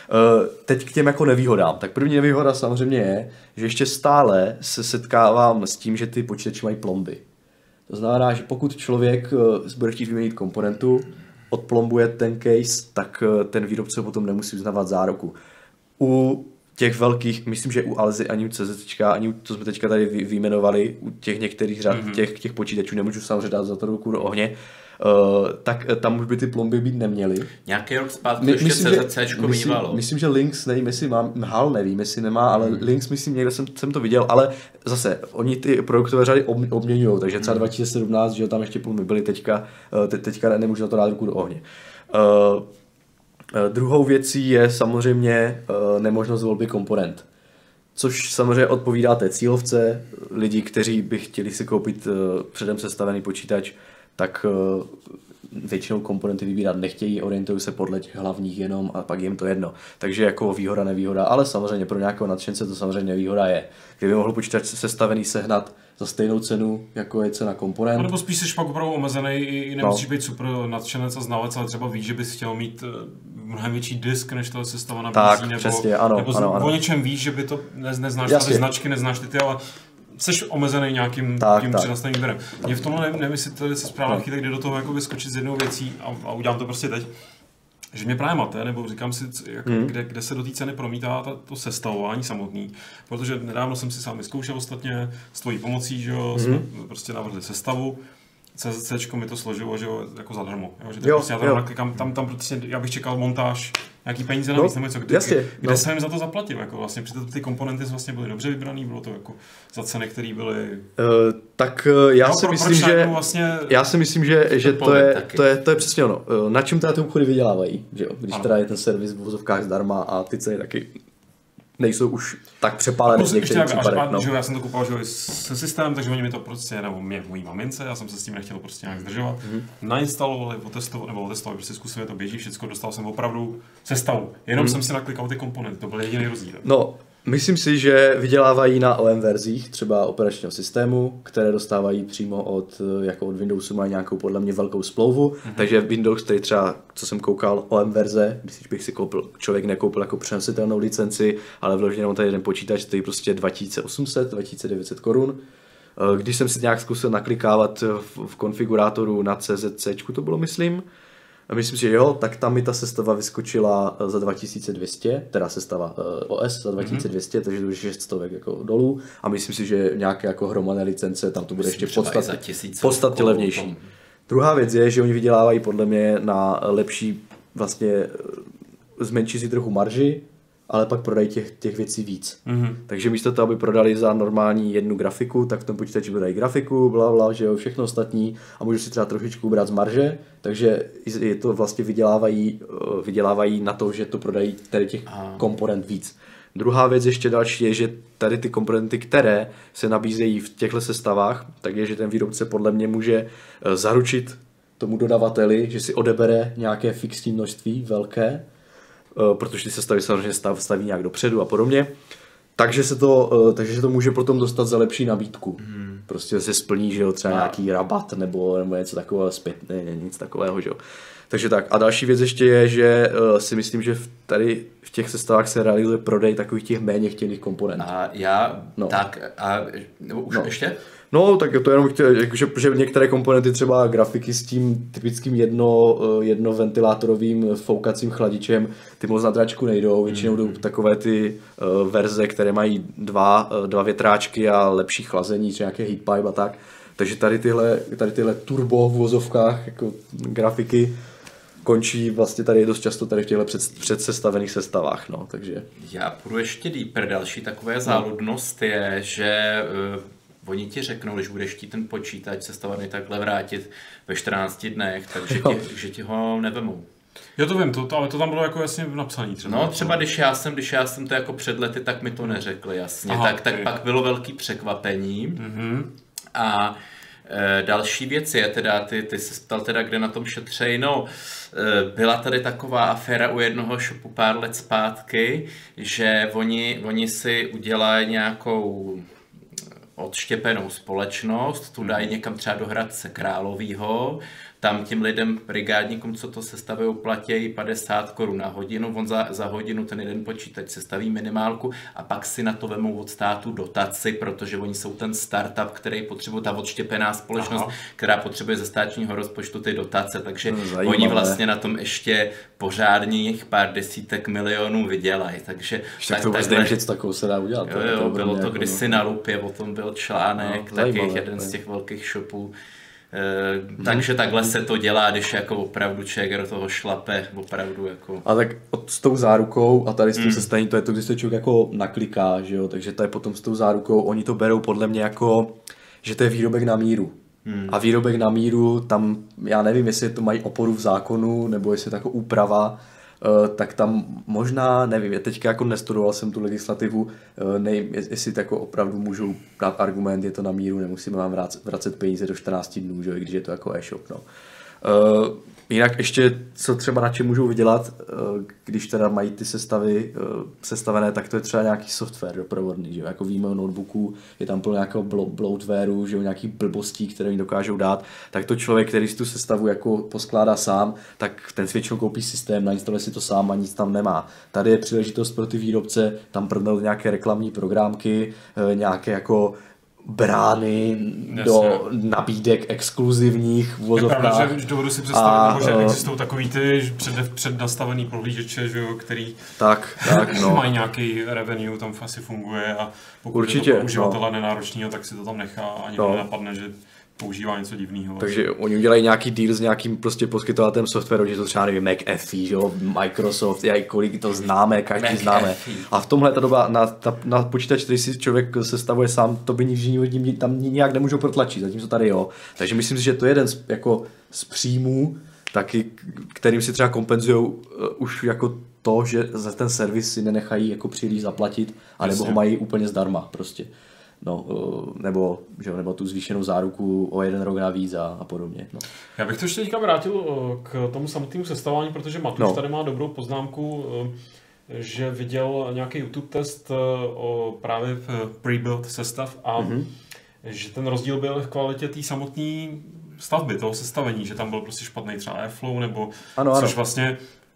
Teď k těm jako nevýhodám. Tak první nevýhoda samozřejmě je, že ještě stále se setkávám s tím, že ty počítače mají plomby. To znamená, že pokud člověk bude chtít vyměnit komponentu, odplombuje ten case, tak ten výrobce potom nemusí uznávat záruku. U těch velkých, myslím, že u Alzy ani u C Z, ani u, co jsme teďka tady vyjmenovali, u těch některých řad mm-hmm. těch, těch počítačů, nemůžu samozřejmě dát za to ruku do ohně, uh, tak tam už by ty plomby být neměly. Nějaký rok zpátky My, ještě C Z Cčko mývalo. Myslím, že Lynx, nevím, jestli mám, Hal nevím, jestli nemá, ale mm. Lynx, myslím, někde jsem, jsem to viděl, ale zase, oni ty produktové řady ob, obměňují, takže třeba mm. dva tisíce sedmnáct, že tam ještě plomby byly, teďka, te, teďka nemůžu na to dát ruku do ohně. Uh, Druhou věcí je samozřejmě nemožnost volby komponent, což samozřejmě odpovídá té cílovce. Lidi, kteří by chtěli si koupit předem sestavený počítač, tak většinou komponenty vybírat nechtějí, orientují se podle těch hlavních jenom a pak jim to jedno. Takže jako výhoda, nevýhoda, ale samozřejmě pro nějakého nadšence to samozřejmě nevýhoda je. Kdyby mohl počítač sestavený sehnat za stejnou cenu, jako je cena komponent. No, nebo spíš jsi pak opravdu omezený, i nemusíš no. být super nadšenec a znalec, ale třeba víš, že bys chtěl mít mnohem větší disk, než to sestava nabízí, tak, nebo, přesně, ano, nebo ano, ano. o něčem víš, že by to ne, neznáš ty značky, neznáš ty ty, ale jsi omezený nějakým tak, tím přednastaveným výběrem. Mě v tomhle nevím, jestli to se správně no. chytat, kdy do toho jako vyskočit s jednou věcí a, a udělám to prostě teď. Že mě právě mate, nebo říkám si, jak, hmm. kde, kde se do té ceny promítá ta, to sestavování samotný. Protože nedávno jsem si sám vyzkoušel ostatně s tvojí pomocí, že jo, hmm. jsme prostě navrhli sestavu. C Z C mi to složilo, že jo, jako zadarmo. Jo, že jo, prostě já tam, naklikám, tam, tam prostě, já bych čekal montáž, nějaký peníze navíc, no, nebo něco, kde, jasně, kde no. jsem jim za to zaplatil, jako vlastně, přitom ty komponenty vlastně byly dobře vybraný, bylo to jako za ceny, které byly... Uh, tak uh, já, no, si pro, myslím, že, vlastně... já si myslím, že, že to, je, to, je, to je přesně ono. Uh, na čem teda ty obchody vydělávají, že jo, když ano. teda je ten servis v vozovkách zdarma a ty ceny taky nejsou už tak přepálené v některých případech. No. Já jsem to kupoval že, se systémem, takže oni mi to prostě, nebo mě, mojí mamince, já jsem se s tím nechtěl prostě nějak zdržovat, mm-hmm. nainstalovali, otestovali, nebo otestovali, prostě zkusili to běží, všechno, dostal jsem opravdu sestavu. Jenom mm-hmm. jsem si naklikal ty komponenty, to byl jediný rozdíl. No, myslím si, že vydělávají na O M verzích, třeba operačního systému, které dostávají přímo od, jako od Windowsu, mají nějakou podle mě velkou splouvu, mm-hmm. takže Windows, který třeba, co jsem koukal, O M verze, když bych si koupil, člověk nekoupil jako přenositelnou licenci, ale vložil jenom tady jeden počítač, který prostě dva tisíce osm set, dva tisíce devět set korun. Když jsem si nějak zkusil naklikávat v, v konfigurátoru na C Z C, to bylo myslím, a myslím si, že jo, tak tam mi ta sestava vyskočila za dva tisíce dvě stě, teda sestava O S za dva tisíce dvě stě, mm-hmm. takže to už šest set jako dolů a myslím si, že nějaké jako hromadné licence, tam to bude myslím, ještě podstatně, podstatně levnější. Druhá věc je, že oni vydělávají podle mě na lepší, vlastně zmenší si trochu marži, ale pak prodají těch, těch věcí víc. Mm-hmm. Takže místo toho, aby prodali za normální jednu grafiku, tak v tom počítači prodají grafiku, bla, bla, že jo, všechno ostatní a můžu si třeba trošičku ubrat z marže, takže je to vlastně vydělávají, vydělávají na to, že to prodají tady těch a... komponent víc. Druhá věc ještě další je, že tady ty komponenty, které se nabízejí v těchto sestavách, tak je, že ten výrobce podle mě může zaručit tomu dodavateli, že si odebere nějaké fixní množství velké, protože ty sestavy samozřejmě stav, staví nějak dopředu a podobně. Takže se to, takže se to může potom dostat za lepší nabídku. Hmm. Prostě se splní, že jo, třeba a. nějaký rabat nebo, nebo něco takového zpět, ne, nic takového, že jo. Takže tak. A další věc ještě je, že uh, si myslím, že v, tady v těch sestavách se realizuje prodej takových těch méně chtěných komponentů. A já, no. tak, a nebo už no. ještě? No, tak to jenom chtěl, že, že některé komponenty, třeba grafiky s tím typickým jedno, jedno ventilátorovým foukacím chladičem, ty moc na dračku nejdou, většinou jdou takové ty uh, verze, které mají dva, uh, dva větráčky a lepší chlazení, třeba nějaké heatpipe a tak. Takže tady tyhle, tady tyhle turbo v vozovkách jako grafiky končí vlastně tady dost často tady v těchto před, předsestavených sestavách, no, takže... Já půjdu ještě deeper, další takové záludnost je, že uh, oni ti řeknou, když budeš chtít ten počítač sestavený takhle vrátit ve čtrnácti dnech, takže ti, že ti ho nevemou. Jo, to vím, to, to, ale to tam bylo jako jasně napsaný třeba. No třeba když já jsem, když já jsem to jako před lety, tak mi to neřekli jasně, Aha, tak, okay. tak pak bylo velký překvapení. Mm-hmm. A e, další věc je teda, ty, ty se ptal teda, kde na tom šetřej, no e, byla tady taková aféra u jednoho shopu pár let zpátky, že oni, oni si udělají nějakou odštěpenou společnost, tu dají někam třeba do Hradce Královýho, tam tím lidem, brigádníkům, co to sestavují, platí padesát korun na hodinu, on za, za hodinu ten jeden počítač sestaví minimálku a pak si na to vemou od státu dotaci, protože oni jsou ten startup, který potřebuje, ta odštěpená společnost, Aha. která potřebuje ze státního rozpočtu ty dotace, takže Zajímavé. Oni vlastně na tom ještě pořádných pár desítek milionů vydělají, takže tak to takhle, že takovou se dá udělat. Jo, jo, to bylo to kdysi no. na Lupě, o tom byl článek, no, taky jeden z těch velkých shopů. Uh, hmm. Takže takhle se to dělá, když jako opravdu člověk do toho šlape, opravdu jako... A tak s tou zárukou a tady s tím hmm. sestavením, to je to, když se člověk jako nakliká, že jo, takže to je potom s tou zárukou, oni to berou podle mě jako, že to je výrobek na míru. Hmm. A výrobek na míru, tam, já nevím, jestli to mají oporu v zákonu, nebo jestli je to jako úprava, Uh, tak tam možná, nevím, já teďka jako nestudoval jsem tu legislativu, uh, nevím, jestli jako opravdu můžou dát argument, je to na míru, nemusíme vám vracet, vracet peníze do čtrnáct dnů, že, když je to jako e-shop. No. Uh, jinak ještě, co třeba na čem můžou vydělat, uh, když teda mají ty sestavy uh, sestavené, tak to je třeba nějaký software doprovodný, že jako víme o notebooku, je tam plno nějakého bloatwareu, že nějaký blbostí, které oni dokážou dát, tak to člověk, který si tu sestavu jako poskládá sám, tak ten si většinou koupí systém, nainstaluje si to sám a nic tam nemá. Tady je příležitost pro ty výrobce tam prdnout nějaké reklamní programky, uh, nějaké jako brány Jasně. do nabídek exkluzivních v vozovkách. Je že dovodu si představit, že existují takový ty před, přednastavený prohlížeče, že jo, který tak, tak, no. mají nějaký revenue, tam asi funguje a pokud Určitě, je to pro uživatele no. nenáročného, tak si to tam nechá a ani no. nenapadne, že používá něco divného. Takže oni udělají nějaký deal s nějakým prostě poskytovatelem softwaru, že to třeba nevím, McAfee, že jo, Microsoft, jak kolik to známe, každý McAfee. Známe. A v tomhle ta doba na, ta, na počítač, který si člověk sestavuje sám, to by nikdy tam nějak nemůžou protlačit, zatímco tady jo. Takže myslím si, že to je jeden z, jako, z příjmů, taky, kterým si třeba kompenzují uh, už jako to, že za ten servis si nenechají jako příliš zaplatit, anebo ho mají úplně zdarma prostě. No, nebo, že, nebo tu zvýšenou záruku o jeden rok navíc a, a podobně. No. Já bych to ještě teďka vrátil k tomu samotnému sestavování, protože Matuš no. tady má dobrou poznámku, že viděl nějaký YouTube test o právě pre-built sestav a mm-hmm. že ten rozdíl byl v kvalitě té samotné stavby, toho sestavení, že tam byl prostě špatný třeba airflow, nebo ano, ano. což vlastně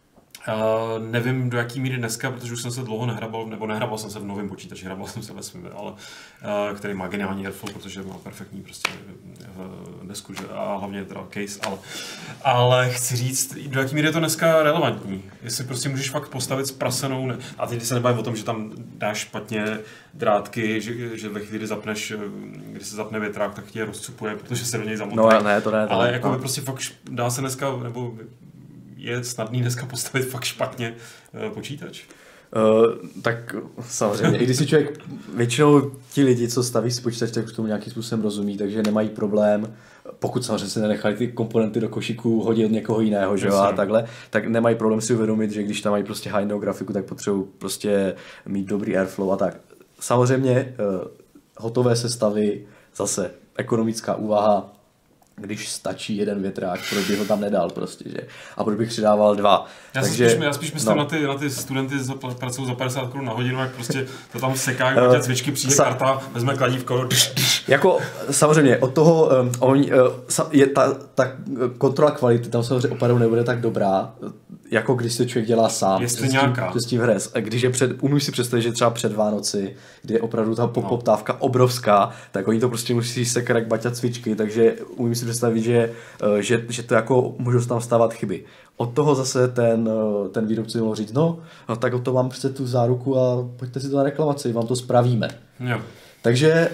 Uh, nevím do jaký míry dneska, protože už jsem se dlouho nehrabal, nebo nehrabal jsem se v novém počítači, hrabal jsem se ve svým, ale uh, který má geniální airflow, protože má perfektní prostě uh, desku, že, a hlavně teda case, ale, ale chci říct, do jaký míry je to dneska relevantní, jestli prostě můžeš fakt postavit zprasenou, ne, a teď se nebavím o tom, že tam dáš špatně drátky, že, že ve chvíli zapneš, když se zapne větrák, tak tě rozcupuje, protože se do něj zamotá, no, ne, to ne, to ale ne, jako no. prostě fakt dá se dneska, nebo je snadný dneska postavit fakt špatně uh, počítač? Uh, tak samozřejmě, i když si člověk, většinou ti lidi, co staví si počítač, tak už tomu nějakým způsobem rozumí, takže nemají problém, pokud samozřejmě se nenechali ty komponenty do košíku hodit od někoho jiného, že jo, a takhle, tak nemají problém si uvědomit, že když tam mají prostě high-end grafiku, tak potřebují prostě mít dobrý airflow a tak. Samozřejmě uh, hotové sestavy, zase ekonomická úvaha, když stačí jeden větrák, proč bych ho tam nedal prostě, že? A proč bych přidával dva. Já, Takže, spíš, já spíš myslím no. na, ty, na ty studenty, co pracují za padesát korun na hodinu, jak prostě to tam seká, jak uh, cvičky, přijde sa- karta, vezme kladívko. Jako samozřejmě od toho um, on, uh, je ta, ta kontrola kvality tam samozřejmě opravdu nebude tak dobrá, jako když se člověk dělá sám. Jestli nějaká. S tím hres. Když je před, umím si představit, že třeba před Vánoci, kdy je opravdu ta poptávka no. obrovská, tak oni to prostě musí sekat jak baťa cvičky, takže umím si představit, že, že, že to jako můžou tam stávat chyby. Od toho zase ten, ten výrobce mohl říct, no, no tak to mám přece tu záruku a pojďte si to na reklamaci, vám to spravíme. Jo. Takže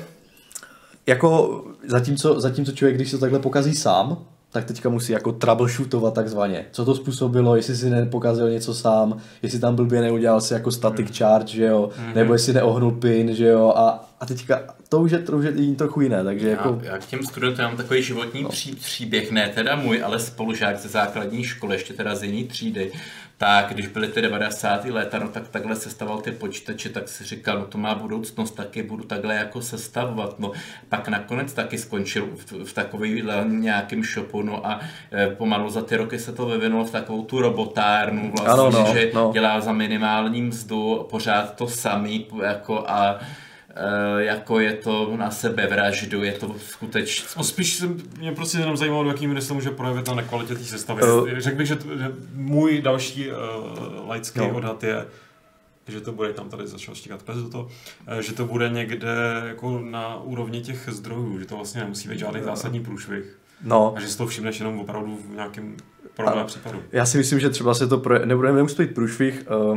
jako zatímco, zatímco člověk, když se to takhle pokazí sám, tak teďka musí jako troubleshootovat takzvaně. Co to způsobilo, jestli si nepokazil něco sám, jestli tam blbě neudělal si jako static charge, že jo, mm-hmm. nebo jestli neohnul pin, že jo, a a teďka to už je, to už je trochu jiné, takže já, jako... Já k těm studentům mám takový životní no. pří, příběh, ne teda můj, ale spolužák ze základní školy, ještě teda z jiný třídy, tak když byly ty devadesátá léta, no tak takhle sestavoval ty počítače, tak si říkal, no to má budoucnost, taky budu takhle jako sestavovat, no pak nakonec taky skončil v, v takovýhle nějakým shopu, no a e, pomalu za ty roky se to vyvinulo v takovou tu robotárnu, vlastně, ano, no, že no. dělá za minimální mzdu, pořád to samý, jako a jako je to na sebevraždu, je to skutečně... No spíš se mě prostě jenom zajímalo, do jaký míry se může projevit na nekvalitě té sestavy. Uh, Řekl bych, že, t- že můj další uh, laický no. odhad je, že to bude, tam tady začal štíkat pes do toho, že to bude někde jako na úrovni těch zdrojů, že to vlastně nemusí být žádný zásadní průšvih. No. A že si to všimneš jenom opravdu v nějakém problém případu. Já si myslím, že třeba se to proje... nebude, nemusí být průšvih, uh,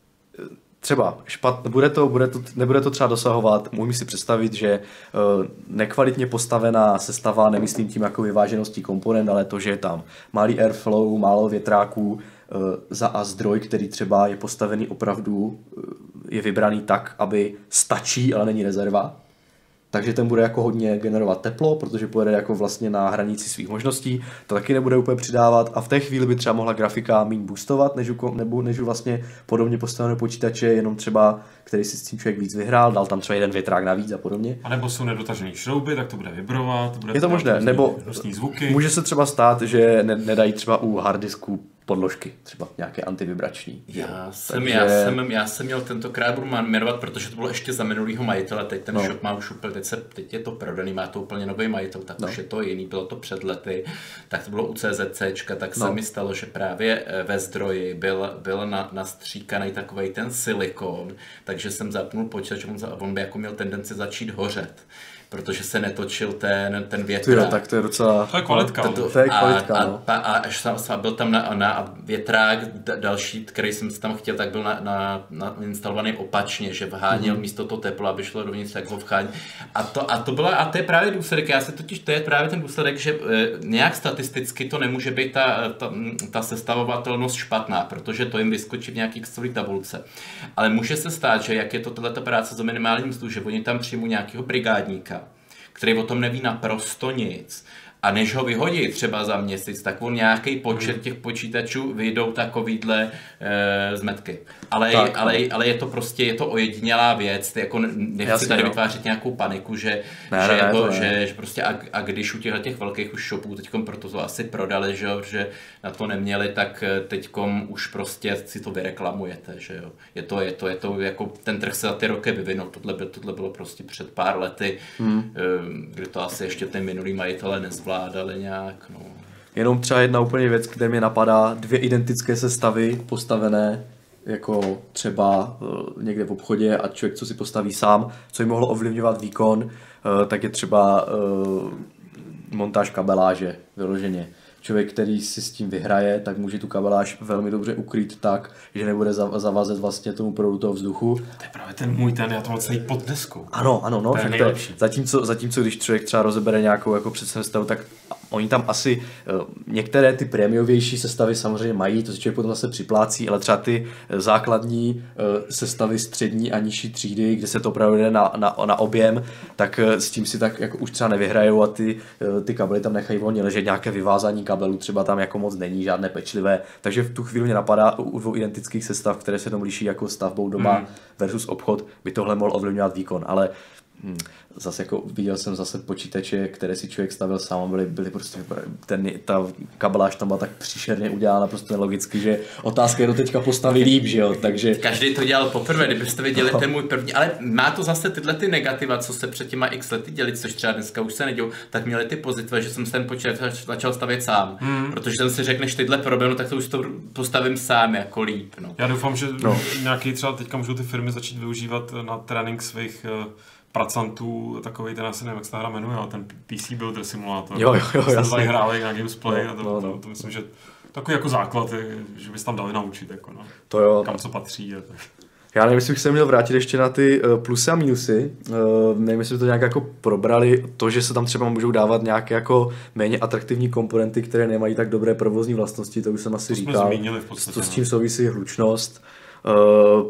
třeba špat, bude to, bude to, nebude to třeba dosahovat, můžu si představit, že uh, nekvalitně postavená sestava, nemyslím tím jako vyvážeností komponent, ale to, že je tam malý airflow, málo větráků, uh, za a zdroj, který třeba je postavený opravdu, uh, je vybraný tak, aby stačí, ale není rezerva. Takže ten bude jako hodně generovat teplo, protože pojede jako vlastně na hranici svých možností, to taky nebude úplně přidávat a v té chvíli by třeba mohla grafika méně boostovat, než u, nebo, než u vlastně podobně postaveného počítače, jenom třeba, který si s tím člověk víc vyhrál, dal tam třeba jeden větrák navíc a podobně. A nebo jsou nedotažené šrouby, tak to bude vibrovat, bude je to možné, různý, nebo různý zvuky. Může se třeba stát, že ne, nedají třeba u harddisku podložky, třeba nějaké antivibrační. Já jsem, Takže... já, jsem, já jsem měl tentokrát, budu jmenovat, protože to bylo ještě za minulýho majitele, teď ten no. shop má už úplně, teď, se, teď je to prodaný, má to úplně nový majitel, tak no. už je to jiný, bylo to před lety, tak to bylo u CZCčka, tak no. se mi stalo, že právě ve zdroji byl, byl na, nastříkaný takovej ten silikon, takže jsem zapnul počítač a on by jako měl tendenci začít hořet. Protože se netočil ten, ten větrák. Jo, tak to je docela... To je kvalitka. To, to, to je kvalitka, a, no. a, a až jsem, byl tam na, na větrák další, který jsem tam chtěl, tak byl na, na, na instalovaný opačně, že vháněl mm-hmm. místo to teplo, aby šlo dovnitř, tak ho vchání. A to, a to byla, a to je právě důsledek, já se totiž, to je právě ten důsledek, že e, nějak statisticky to nemůže být ta, ta, ta sestavovatelnost špatná, protože to jim vyskočí v nějaký excelové tabulce. Ale může se stát, že jak je to tato práce za minimální mzdu, že oni tam přijmou nějakého brigádníka, který o tom neví naprosto nic. A než ho vyhodí třeba za měsíc, tak on nějaký počet těch počítačů vyjdou takovýhle e, zmetky. Ale, tak, ale, ale je to prostě, je to ojedinělá věc, jako nechci jasně, tady jo. vytvářet nějakou paniku, že, ne, že, ne, jako, ne, že, že prostě a, a když u těchto těch velkých už shopů teďkom proto to asi prodali, že, jo, že na to neměli, tak teďkom už prostě si to vyreklamujete, že jo. Je to, je to, je to, jako ten trh se za ty roky vyvinul, tohle, by, tohle bylo prostě před pár lety, hmm. kdy to asi ještě ten minulý majitele nezvládali nějak, no. Jenom třeba jedna úplně věc, kde mě napadá, dvě identické sestavy postavené jako třeba uh, někde v obchodě a člověk, co si postaví sám, co jim mohlo ovlivňovat výkon, uh, tak je třeba uh, montáž kabeláže vyloženě. Člověk, který si s tím vyhraje, tak může tu kabeláž velmi dobře ukrýt tak, že nebude zavazet vlastně tomu proudu toho vzduchu. To je právě ten můj, ten, já to mám celý pod deskou. Ano, ano, no. To je nejlepší. Zatímco, zatímco, když člověk třeba rozebere nějakou jako představu, tak oni tam asi, některé ty prémiovější sestavy samozřejmě mají, to si člověk potom zase připlácí, ale třeba ty základní sestavy střední a nižší třídy, kde se to opravdu jde na, na, na objem, tak s tím si tak jako už třeba nevyhrajou a ty, ty kabely tam nechají volně ležet, nějaké vyvázání kabelů třeba tam jako moc není, žádné pečlivé, takže v tu chvíli mě napadá u dvou identických sestav, které se tomu liší jako stavbou doma hmm. versus obchod, by tohle mohl ovlivňovat výkon, ale Hmm. Zase jako viděl jsem zase počítače, které si člověk stavil sám, byly, byly prostě, ten, ta kabeláž tam byla tak příšerně udělána, prostě logicky, že otázka je do teďka postaví líp, že jo, takže... Každý to dělal poprvé, kdybyste viděli no. ten můj první, ale má to zase tyhle ty negativa, co se před těma x lety dělit, což třeba dneska už se nedělou, tak měly ty pozitiva, že jsem ten počítač začal stavět sám, hmm. protože jsem si řekl, než tyhle problémy, tak to už to postavím sám jako líp, no. Já doufám, že no. nějaký třeba teďka můžou ty firmy začít využívat na trénink svých pracantů, takovej ten, asi nevím, jak se ta hra jmenuje, ale ten P C Builder simulátor. Jo, jo, jo, jasně. Jsme hráli na Gamesplay no, a to, no, no. To, to myslím, že takový jako základ, je, že bys tam dali naučit, jako no. To jo. Kam co patří. A tak. Já nevím, jestli bych se měl vrátit ještě na ty plusy a minusy. Nevím, jestli to nějak jako probrali, to, že se tam třeba můžou dávat nějaké jako méně atraktivní komponenty, které nemají tak dobré provozní vlastnosti, to už jsem asi to říkal. Jsme zmínili v podstatě, to s tím souvisí hlučnost. Uh,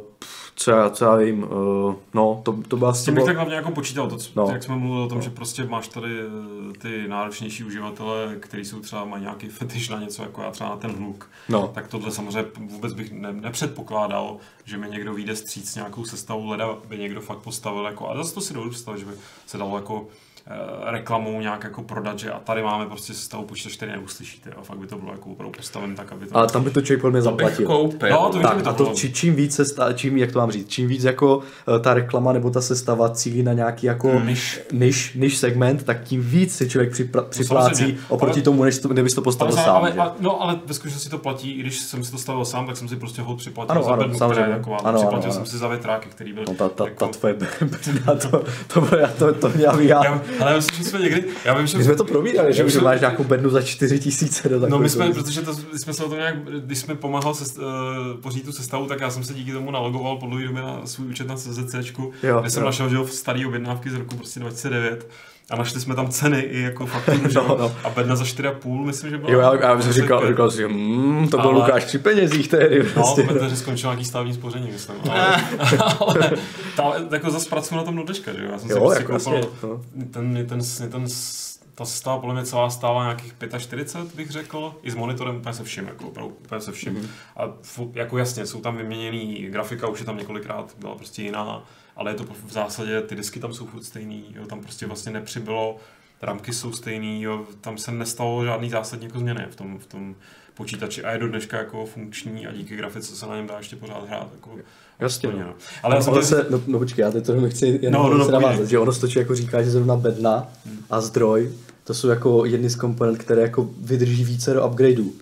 co já, co já vím, uh, no, to, to byla... S tím bych tak hlavně jako počítal, to, co, no. jak jsme mluvili o tom, že prostě máš tady ty náročnější uživatele, kteří jsou třeba mají nějaký fetiš na něco, jako já třeba na ten hluk, no. tak tohle samozřejmě vůbec bych ne, nepředpokládal, že mi někdo vyjde stříc nějakou sestavu leda, by někdo fakt postavil, jako, a zase to si dovedu představit, že by se dalo jako reklamou nějak jako prodat, že a tady máme prostě sestavu počítač, který neuslyšíte a fakt by to bylo jako opravdu postaven tak, aby to... A tam by to člověk podle mě zaplatil. No, to tak, to a to či, čím víc sesta, čím, jak to mám říct, čím víc jako uh, ta reklama nebo ta sestava cílí na nějaký jako niž, niž, niž segment, tak tím víc se člověk připra, připlácí no, oproti ale, tomu, než to, kdybys to postavil ale, sám. Ale, ale, no ale ve skutečnosti to platí, i když jsem si to stavil sám, tak jsem si prostě hod připlatil ano, za bednu, která je taková, ano, připlatil ano, jsem ano. si za větráky, který byl... No ta, ta, jako... ta tvoje bedna, to, to, to, to, to mě já... Ale myslím, že jsme někdy... Já vím, že my jsme to probírali, že, že máš nějakou bednu za čtyři tisíce. No my jsme, protože to, jsme se o tom nějak, když jsme pomáhal se, uh, pořídit tu sestavu, tak já jsem se díky tomu nalogoval po dlouhé době na svůj účet na CZCčku, jo, kde jsem jo. našel, že jo, starý objednávky z roku prostě dva tisíce devět. A našli jsme tam ceny i jako fakturu, no, no. a bedna za čtyři a půl, myslím, že byla. Jo, já, já jsem říkal, říkal si, mmm, to byl ale... Lukáš při penězích tehdy. Vlastně. No, protože skončil nějaký stavní spoření, myslím. Ale, ale ta, jako zase pracuji na tom do dneška, že jo. Já jsem si jo, prostě jako koupil, vlastně, no. ten, ten, ten, ta sestava podle mě celá stála nějakých čtyřicet pět, bych řekl, i s monitorem úplně se vším, jako opravdu úplně se vším. Mm-hmm. A jako jasně, jsou tam vyměněný grafika, už je tam několikrát, byla prostě jiná, ale je to v zásadě, ty disky tam jsou furt stejný, jo, tam prostě vlastně nepřibylo, ramky jsou stejný, jo, tam se nestalo žádný zásadní jako změny v tom, v tom počítači a je do dneška jako funkční a díky grafice se na něm dá ještě pořád hrát. Jako, jasně, no. no. Ale já jsem tady... se, no, no počkej, já teď to nechci jen no, no, no, navázat, že ono stočí jako říká, že zrovna bedna hmm. a zdroj, to jsou jako jedny z komponent, které jako vydrží více do upgradeů.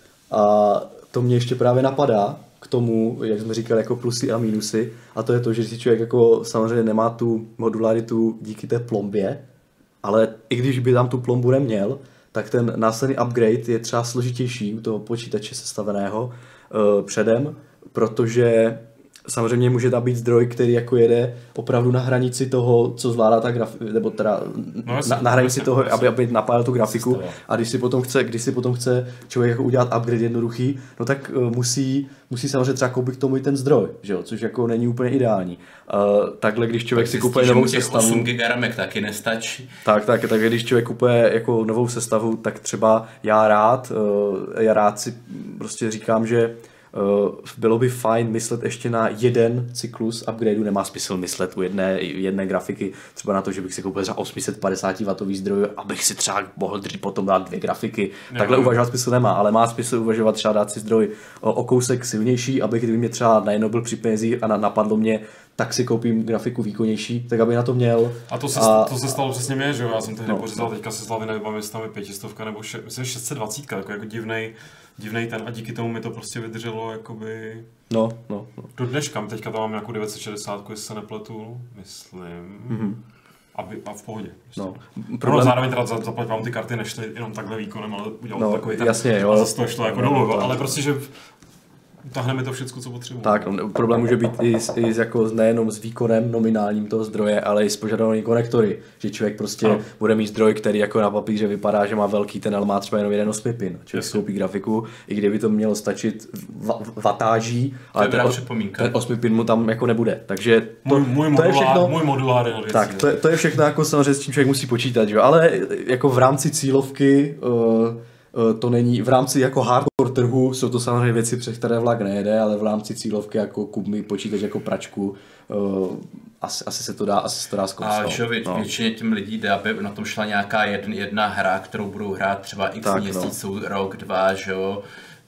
A to mě ještě právě napadá k tomu, jak jsme říkali, jako plusy a mínusy, a to je to, že si člověk jako samozřejmě nemá tu modularitu díky té plombě, ale i když by tam tu plombu neměl, tak ten následný upgrade je třeba složitější u toho počítače sestaveného uh, předem, protože samozřejmě může tam být zdroj, který jako jede opravdu na hranici toho, co zvládá ta grafika, nebo teda no, na, na hranici toho, jasný. aby, aby napájel tu grafiku. A když si potom chce, když si potom chce člověk jako udělat upgrade jednoduchý, no tak uh, musí, musí samozřejmě třeba koupit k tomu i ten zdroj, že jo? Což jako není úplně ideální. Uh, takhle, když člověk tak si kupuje novou sestavu... osm giga ramek taky nestačí. Tak, tak, tak když člověk kupuje jako novou sestavu, tak třeba já rád, uh, já rád si prostě říkám, že Uh, bylo by fajn myslet ještě na jeden cyklus upgradeu, nemá smysl myslet u jedné, jedné grafiky, třeba na to, že bych si koupil třeba osm set padesát wattů zdroj, abych si třeba mohl potom dát dvě grafiky. Ne, Takhle ne. uvažovat smysl nemá, ale má smysl uvažovat třeba dát si zdroj o, o kousek silnější, abych kdyby mě třeba najednou byl při penězích a na, napadlo mě, tak si koupím grafiku výkonnější, tak aby na to měl. A to se, a... to se stalo přesně mě, že jo, já jsem tehdy no. pořizal teďka se slavy, nevím, jestli tam je pětistovka nebo še, myslím šest set dvacet, jako, jako divnej, divnej ten a díky tomu mi to prostě vydrželo jakoby... No, no, no. Do dneška, teďka tam mám nějakou devět set šedesát, jestli se nepletu, myslím. Mm-hmm. Aby, a v pohodě. Prostě. No, problém... no, zároveň teda zaplať vám ty karty nešly jenom takhle výkonem, ale udělal no, takový ten... Jasně, jo. A zase to šlo jako no, dolů, ale prostě, že... Táhneme to všechno, co potřebujeme. Tak, no, problém může být i, s, i s jako nejenom s výkonem nominálním toho zdroje, ale i s požadovanými konektory. Že člověk prostě no. bude mít zdroj, který jako na papíře vypadá, že má velký, ten ale má třeba jenom jeden osmi pin. Člověk skoupí grafiku, i kdyby to mělo stačit v, v vatáží, ale ten, ten osmi pin mu tam jako nebude. Takže to, můj, můj to modulár, je všechno. Můj modulár je tak, to, je, to je všechno jako samozřejmě s čím člověk musí počítat, že? Ale jako v rámci cílovky uh, to není, v rámci jako hardcore trhu jsou to samozřejmě věci, přes které vlak nejede, ale v rámci cílovky jako kup mi počítač jako pračku, uh, asi, asi se to dá, asi se to dá zkoušet. A že no. většině těm lidí jde, aby na tom šla nějaká jedna, jedna hra, kterou budou hrát třeba x tak, měsíců, no. rok, dva, že jo.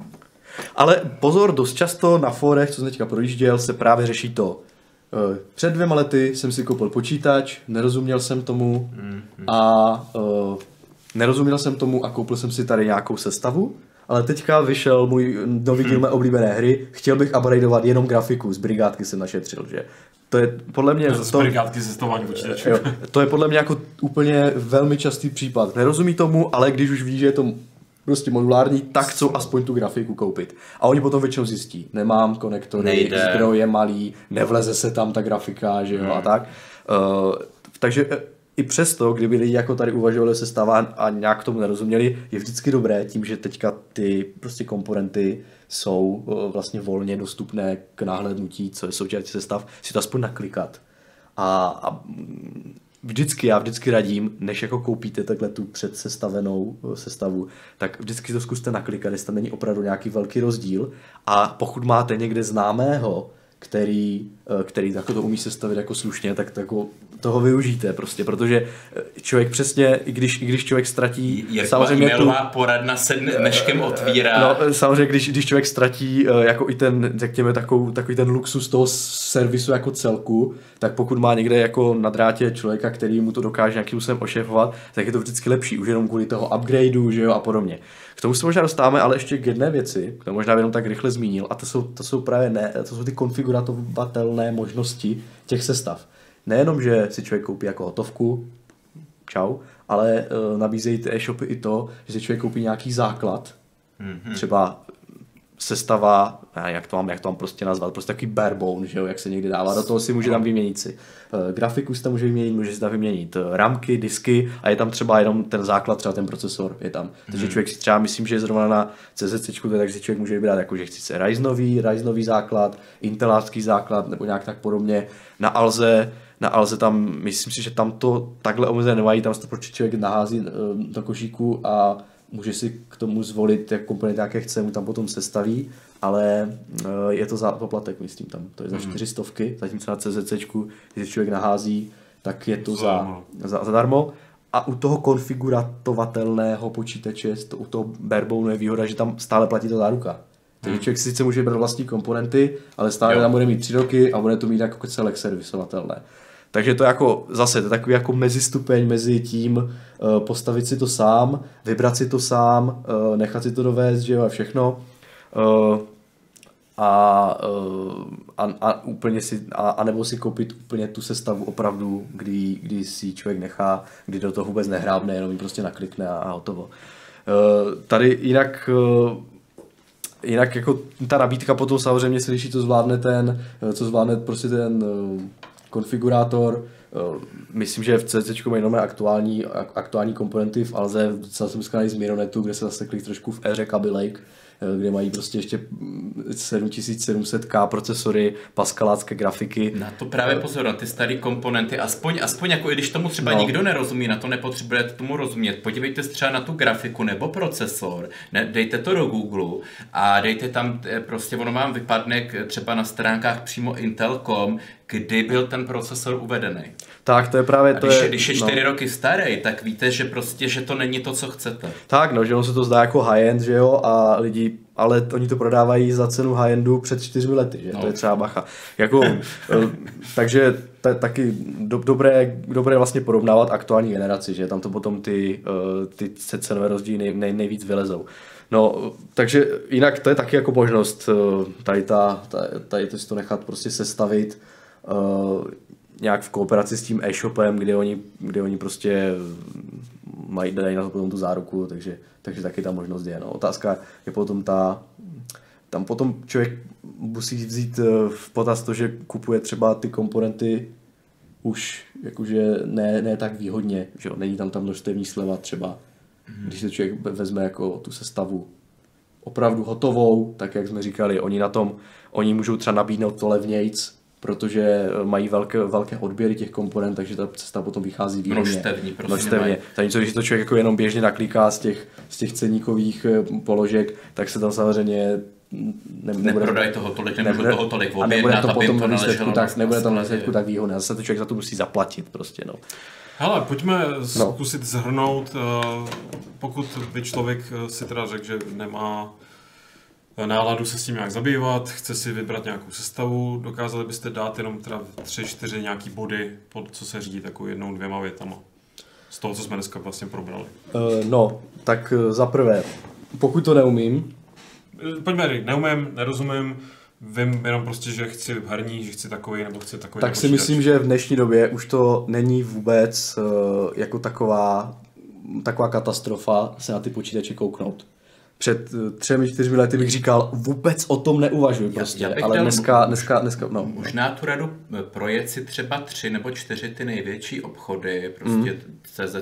Ale pozor, dost často na fórech, co jsem teďka projížděl, se právě řeší to. Před dvěma lety jsem si koupil počítač, nerozuměl jsem tomu mm-hmm. a uh, nerozuměl jsem tomu a koupil jsem si tady nějakou sestavu, ale teďka vyšel můj nový díl mé oblíbené hry, chtěl bych upgradeovat jenom grafiku, z brigádky jsem našetřil, že to je podle mě... Z to, brigádky sestavování počítačů. Jo, to je podle mě jako úplně velmi častý případ. Nerozumí tomu, ale když už ví, že je to prostě modulární, tak chcou aspoň tu grafiku koupit. A oni potom většinou zjistí, nemám konektory, zdroj je malý, nevleze se tam ta grafika, že jo, hmm. a tak. Uh, takže i přesto, kdyby lidi jako tady uvažovali se stává a nějak tomu nerozuměli, je vždycky dobré tím, že teďka ty prostě komponenty jsou vlastně volně dostupné k náhlednutí, co je součástí sestav, si to aspoň naklikat. A, a vždycky, já vždycky radím, než jako koupíte takhle tu předsestavenou sestavu, tak vždycky to zkuste naklikat, jestli tam není opravdu nějaký velký rozdíl a pokud máte někde známého, který, který to umí sestavit jako slušně, tak jako toho využijte prostě, protože člověk přesně, i když, i když člověk ztratí... Jirko, samozřejmě e-mailová tu, poradna se dneškem otvírá. No, samozřejmě, když, když člověk ztratí jako i ten, řekněme, takovou, takový ten luxus toho servisu jako celku, tak pokud má někde jako na drátě člověka, který mu to dokáže nějakým způsobem ošéfovat, tak je to vždycky lepší, už jenom kvůli toho upgradeu, že jo, a podobně. K tomu se možná dostáváme, ale ještě k jedné věci, kterou možná jenom tak rychle zmínil, a to jsou, to jsou právě ne, to jsou ty konfigurovatelné možnosti těch sestav. Nejenom, že si člověk koupí jako hotovku, čau, ale uh, nabízejí ty e-shopy i to, že si člověk koupí nějaký základ, mm-hmm. třeba sestava, jak to mám, jak to mám prostě nazvat, prostě takový barebone, že jo, jak se někdy dává, do toho si může tam vyměnit si uh, grafiku si tam může vyměnit, může si tam vyměnit uh, ramky, disky a je tam třeba jenom ten základ, třeba ten procesor je tam. Mm-hmm. Takže člověk si třeba, myslím, že zrovna na CZCčku, takže si člověk může vybrat, jako, že chce Ryzenový, Ryzenový základ, Intelácký základ nebo nějak tak podobně. Na Alze Na Alze tam, myslím si, že tam to takhle omezené nemají, tam se to prostě člověk nahází uh, do košíku a může si k tomu zvolit, jak komponent jaké chce, mu tam potom sestaví, ale uh, je to za poplatek, myslím tam, to je za čtyři stovky, zatímco na CZCčku, když člověk nahází, tak je to za, za, zadarmo. A u toho konfiguratovatelného počítače, u toho barebone je výhoda, že tam stále platí ta záruka. Takže člověk si sice může brát vlastní komponenty, ale stále jo. tam bude mít tři roky a bude to mít jako celek servisovatelné. Takže to jako zase to je takový jako mezistupeň mezi tím uh, postavit si to sám, vybrat si to sám, uh, nechat si to dovést, že jo, a všechno. Uh, a, uh, a, a úplně si, a, a nebo si koupit úplně tu sestavu opravdu, kdy, kdy si člověk nechá, kdy do toho vůbec nehrábne, jenom ji prostě naklikne a, a hotovo. Uh, tady jinak uh, Jinak jako ta nabídka potom samozřejmě se liší, co zvládne ten, co zvládne prostě ten uh, konfigurátor. Uh, myslím, že v CZčku mají nové aktuální, aktuální komponenty, v Alze docela jsem zkoušel z Mironetu, kde se zasekli trošku v éře Kaby Lake, kde mají prostě ještě sedm tisíc sedm set K procesory, paskalácké grafiky. Na to právě pozor, na ty staré komponenty, aspoň, aspoň jako i když tomu třeba no. nikdo nerozumí, na to nepotřebujete tomu rozumět, podívejte se třeba na tu grafiku nebo procesor, ne, dejte to do Google a dejte tam, prostě ono vám vypadne třeba na stránkách přímo Intel tečka com, kdy byl ten procesor uvedený. Tak, to je právě to. A když je, je, když je čtyři no. roky starý, tak víte, že prostě, že to není to, co chcete. Tak, no, že on se to zdá jako high-end, že jo, a lidi, ale oni to prodávají za cenu high-endu před čtyřmi lety, že? No. To je třeba bacha. Jako, takže t- taky do, dobré, dobré vlastně porovnávat aktuální generaci, že tam to potom ty, ty cenové rozdíly nej, nej, nejvíc vylezou. No, takže jinak to je taky jako možnost tady, ta, tady to si to nechat prostě sestavit uh, nějak v kooperaci s tím e-shopem, kde oni, kde oni prostě mají, dají na to potom tu záruku, takže, takže taky ta možnost je. No. Otázka je potom ta, tam potom člověk musí vzít v potaz to, že kupuje třeba ty komponenty už jakože ne, ne tak výhodně, že jo? Není tam ta množstevní sleva třeba, mm. když se člověk vezme jako tu sestavu opravdu hotovou, tak jak jsme říkali, oni na tom, oni můžou třeba nabídnout to levnějc, protože mají velké, velké odběry těch komponent, takže ta cesta potom vychází výhodně. Množstevní, prostě Množstevně. Zatímco, když to člověk jako jenom běžně nakliká z těch, z těch ceníkových položek, tak se tam samozřejmě ne, neprodají toho tolik, nemůžu nebude, toho tolik objednat, aby to naleželo. Tak, nebude tam výsledku tak výhodné, zase to člověk za to musí zaplatit prostě, no. Hele, pojďme zkusit no. zhrnout, pokud by člověk si teda řekl, že nemá náladu se s tím nějak zabývat, chce si vybrat nějakou sestavu, dokázali byste dát jenom teda tři, čtyři nějaký body, pod co se řídí takovou jednou, dvěma větama. Z toho, co jsme dneska vlastně probrali. Uh, no, tak za prvé, pokud to neumím. Pojďme, neumím, nerozumím, vím jenom prostě, že chci herní, že chci takový nebo chci takový. Tak si myslím, že v dnešní době už to není vůbec uh, jako taková, taková katastrofa se na ty počítače kouknout. před třemi, čtyřmi lety bych říkal, vůbec o tom neuvažuji prostě, ale dneska, dneska, dneska, no. Možná tu radu projet si třeba tři nebo čtyři ty největší obchody, prostě mm.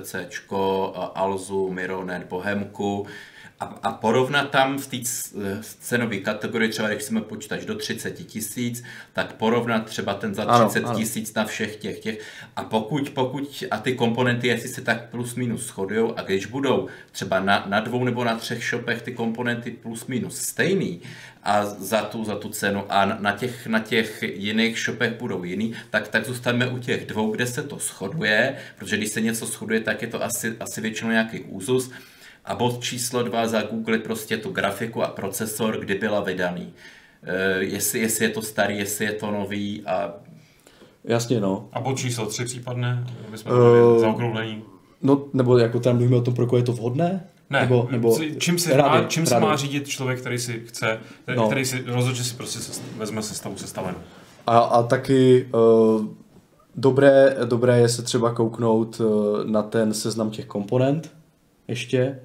CZCčko, Alzu, Mironet, Bohemku, A, a porovnat tam v té cenové kategorii, třeba když chceme počítat do třicet tisíc, tak porovnat třeba ten za třicet tisíc na všech těch těch. A pokud, pokud a ty komponenty, jestli se tak plus minus shodujou, a když budou třeba na, na dvou nebo na třech shopech ty komponenty plus minus stejný a za tu, za tu cenu a na těch, na těch jiných shopech budou jiný, tak, tak zůstaneme u těch dvou, kde se to shoduje, protože když se něco shoduje, tak je to asi, asi většinou nějaký úzus. A bod číslo dva za Google prostě tu grafiku a procesor, kdy byla vydaný. E, jestli, jestli je to starý, jestli je to nový a... Jasně, no. A bod číslo tři případně, aby jsme to uh, zaokrouhlení. No, nebo jako tam mluvíme o tom, pro koho je to vhodné? Ne, nebo, nebo čím, se, rady, má, čím se má řídit člověk, který si chce, který, no. který si rozhodně, že si prostě sest, vezme sestavu sestavenou. A, a taky uh, dobré, dobré je se třeba kouknout uh, na ten seznam těch komponent ještě,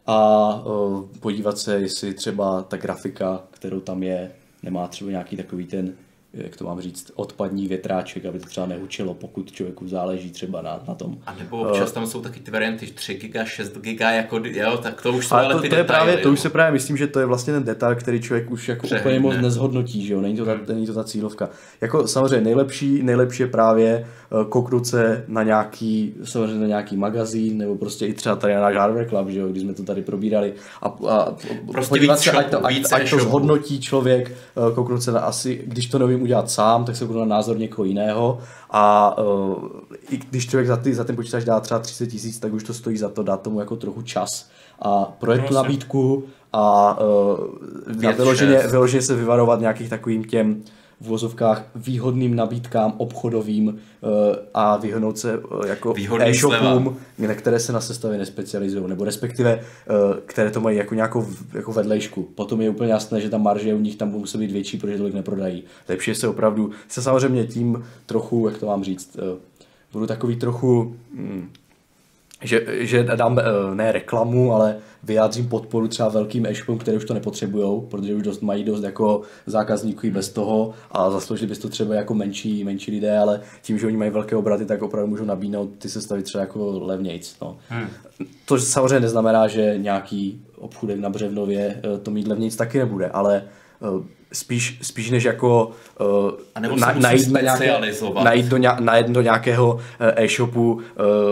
a uh, podívat se, jestli třeba ta grafika, kterou tam je, nemá třeba nějaký takový ten, jak to mám říct, odpadní větráček, aby to třeba nehučilo, pokud člověku záleží třeba na, na tom. A nebo občas tam jsou taky ty varianty tři giga, šest giga, jako, jo, tak to už jsou ale to, ty to je detaily. Právě, to už se právě myslím, že to je vlastně ten detail, který člověk už jako Přehlídne. Úplně moc nezhodnotí, že jo, není to ta, není to ta cílovka. Jako samozřejmě nejlepší, nejlepší je právě kouknout se na nějaký, samozřejmě na nějaký magazín, nebo prostě i třeba tady na náš Hardware Club, že jo, když jsme to tady probírali a, a prostě podívat se, ať to, ať, ať to zhodnotí člověk, kouknout se na asi, když to nevím udělat sám, tak se budu na názor někoho jiného a uh, i když člověk za, ty, za ten počítač dá třeba třicet tisíc, tak už to stojí za to dát tomu jako trochu čas a projet tu nabídku a uh, vyloženě, vyloženě se vyvarovat nějakých takovým těm v uvozovkách výhodným nabídkám obchodovým uh, a vyhnout se uh, jako e-shopům, na které se na sestavě nespecializují, nebo respektive, uh, které to mají jako nějakou jako vedlejšku. Potom je úplně jasné, že ta marže u nich tam musí být větší, protože tolik neprodají. Lepší se opravdu, se samozřejmě tím trochu, jak to mám říct, uh, budu takový trochu... Hmm, Že, že dám ne reklamu, ale vyjádřím podporu třeba velkým e-shopům, které už to nepotřebujou, protože už dost, mají dost jako zákazníků i bez toho a zasloužili bys to třeba jako menší, menší lidé, ale tím, že oni mají velké obraty, tak opravdu můžou nabídnout ty sestavy třeba jako levnějc. No. Hmm. To samozřejmě neznamená, že nějaký obchůdek na Břevnově to mít levnějc taky nebude, ale spíš, spíš než jako uh, na, najít, nějaké, najít, do, najít do nějakého e-shopu uh,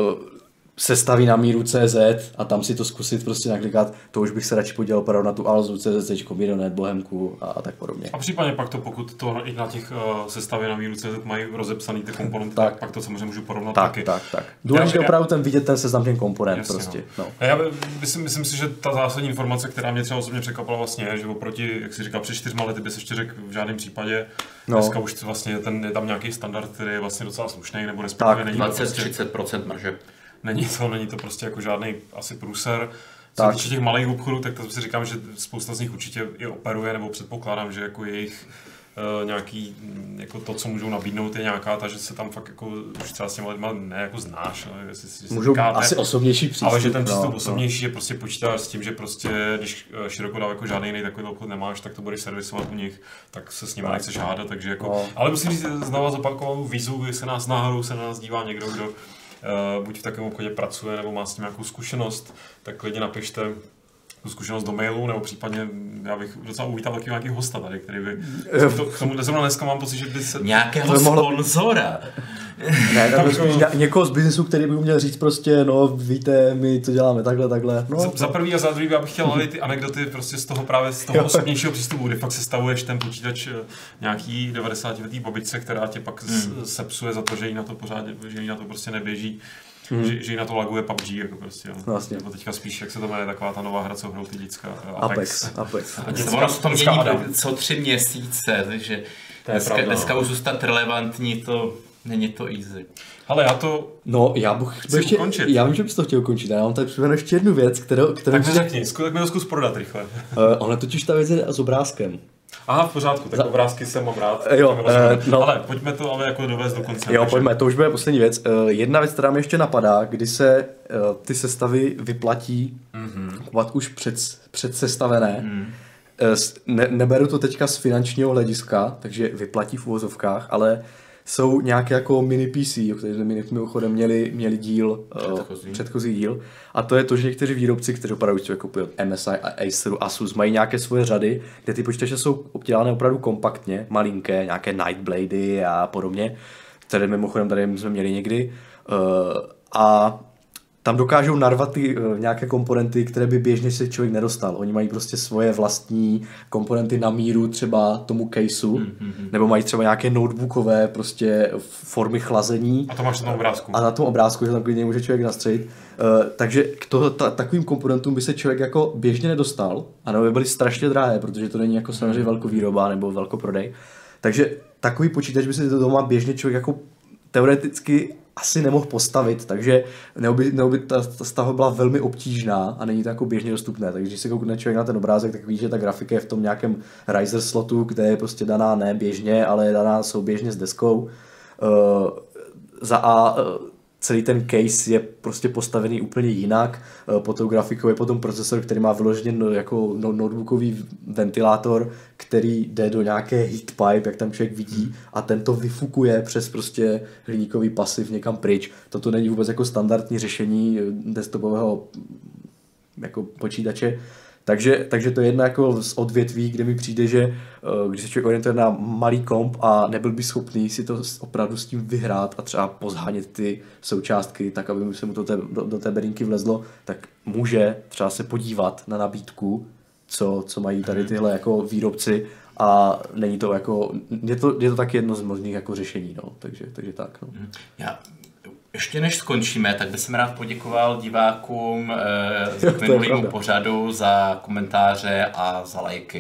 sestaví na míru C Z a tam si to zkusit prostě naklikat, to už bych se radši podělal opravdu na tu Alzu, CZCčko, Mironet, Bohemku a, a tak podobně. A případně pak to, pokud to i na těch uh, sestavě na míru C Z mají rozepsaný ty komponenty, tak, tak pak to samozřejmě můžu porovnat tak, taky. Tak, tak, Důležité opravdu ten vidět ten seznam těch komponent jasně, prostě. No. No. Já myslím, myslím si, že ta zásadní informace, která mě třeba osobně překvapila vlastně je, že oproti, jak jsi říkal, před čtyřma lety bys ještě řekl v žádném případě, no. Dneska už vlastně ten, je tam nějaký standard, který je vlastně docela slušný, nebo respektive není dvacet až třicet procent marže. Není to, není to prostě jako žádný asi průser. Co se týče těch malých obchodů, tak to si říkám, že spousta z nich určitě i operuje, nebo předpokládám, že jako jejich uh, nějaký, jako to, co můžou nabídnout, je nějaká ta, že se tam fakt jako už třeba s těma lidma ne jako znáš. Ale jestli, můžou říkáte, asi osobnější přístup. Ale že ten přístup no, osobnější no. je prostě počítáš s tím, že prostě, když široko dál jako žádný jiný takový obchod nemáš, tak to budeš servisovat u nich, tak se s nimi nechceš hádat, takže jako, no. Ale musím říct, znova zopakovanou výzvu, když se nás náhodou se na nás dívá někdo, kdo Uh, buď v takovém obchodě pracuje, nebo má s tím nějakou zkušenost, tak klidně napište tu zkušenost do mailu, nebo případně já bych docela uvítal taky nějaký hosta tady, který by... To, k tomu zrovna dneska mám pocit, že by se... Nějakého sponzora! Ne, tak spíš někoho z biznesu, který by měl říct prostě, no víte, my to děláme takhle, takhle. No. Za, za prvý a za druhý já bych chtěl hledat ty anekdoty prostě z toho právě z toho osobnějšího přístupu, kdy fakt sestavuješ ten počítač nějaký devadesátiletý babičce, která tě pak hmm. sepsuje za to, že jí na to pořádně, že jí na to prostě neběží. Hmm. Že, že jí na to laguje P U B G, jako prostě. Vlastně. Nebo teďka spíš, jak se to jmenuje, taková ta nová hra, co hrou ty děcka. Apex. Apex. Apex. Ono to mění co tři měsíce, takže dneska, dneska už zůstat relevantní, to není to easy. Ale já to No, já bych ještě, ukončit. Já vím, že bys to chtěl ukončit, já mám tady připravenou ještě jednu věc, kterou... kterou tak mi řekni, tak mi to zkus prodat rychle. uh, Ona totiž ta věc je s obrázkem. Aha, v pořádku, tak Za... obrázky jsem mám rád. Jo, eh, no. Ale pojďme to ale jako dovést do konce. Jo, pojďme, to už bude poslední věc. Uh, jedna věc, která mě ještě napadá, kdy se uh, ty sestavy vyplatí mm-hmm. kupovat už před, předsestavené. Mm. Uh, ne, neberu to teďka z finančního hlediska, takže vyplatí v uvozovkách, ale jsou nějaké jako mini P C, o kterých jsme mimochodem měli, měli díl, předchozí. Uh, předchozí díl. A to je to, že někteří výrobci, kteří opravdu chtějí koupit M S I, Aceru, Asus, mají nějaké svoje řady, kde ty počítače jsou obdělané opravdu kompaktně, malinké, nějaké Nightblady a podobně, které mimochodem tady jsme měli někdy. Uh, a tam dokážou narvat ty uh, nějaké komponenty, které by běžně se člověk nedostal. Oni mají prostě svoje vlastní komponenty na míru třeba tomu caseu, mm-hmm. nebo mají třeba nějaké notebookové prostě formy chlazení. A to máš na tom obrázku. A na tom obrázku, že tam klidně může člověk nastřelit. Uh, takže k to, ta, takovým komponentům by se člověk jako běžně nedostal, a nebo by byly strašně drahé, protože to není jako samozřejmě velkovýroba nebo velkoprodej. Takže takový počítač by se doma běžně člověk jako teoreticky asi nemohl postavit, takže nebo by, nebo by ta, ta stavba byla velmi obtížná a není to jako běžně dostupné. Takže když se koukne člověk na ten obrázek, tak vidí, že ta grafika je v tom nějakém riser slotu, kde je prostě daná ne běžně, ale je daná souběžně s deskou. Uh, za A uh, celý ten case je prostě postavený úplně jinak. Uh, pod tou grafikou je potom procesor, který má vyloženě no, jako no, notebookový ventilátor, který jde do nějaké heat pipe, jak tam člověk vidí, a ten to vyfukuje přes prostě hliníkový pasiv někam pryč. Toto není vůbec jako standardní řešení desktopového jako počítače. Takže, takže to je jedna jako z odvětví, kde mi přijde, že když se člověk orientuje na malý komp a nebyl by schopný si to opravdu s tím vyhrát a třeba pozhánět ty součástky tak, aby se mu to te, do, do té bedinky vlezlo, tak může třeba se podívat na nabídku, co, co mají tady tyhle jako výrobci, a není to jako, je to, je to taky jedno z možných jako řešení, no, takže, takže tak, no. Já ještě než skončíme, tak bych rád poděkoval divákům eh, k minulému pořadu za komentáře a za lajky.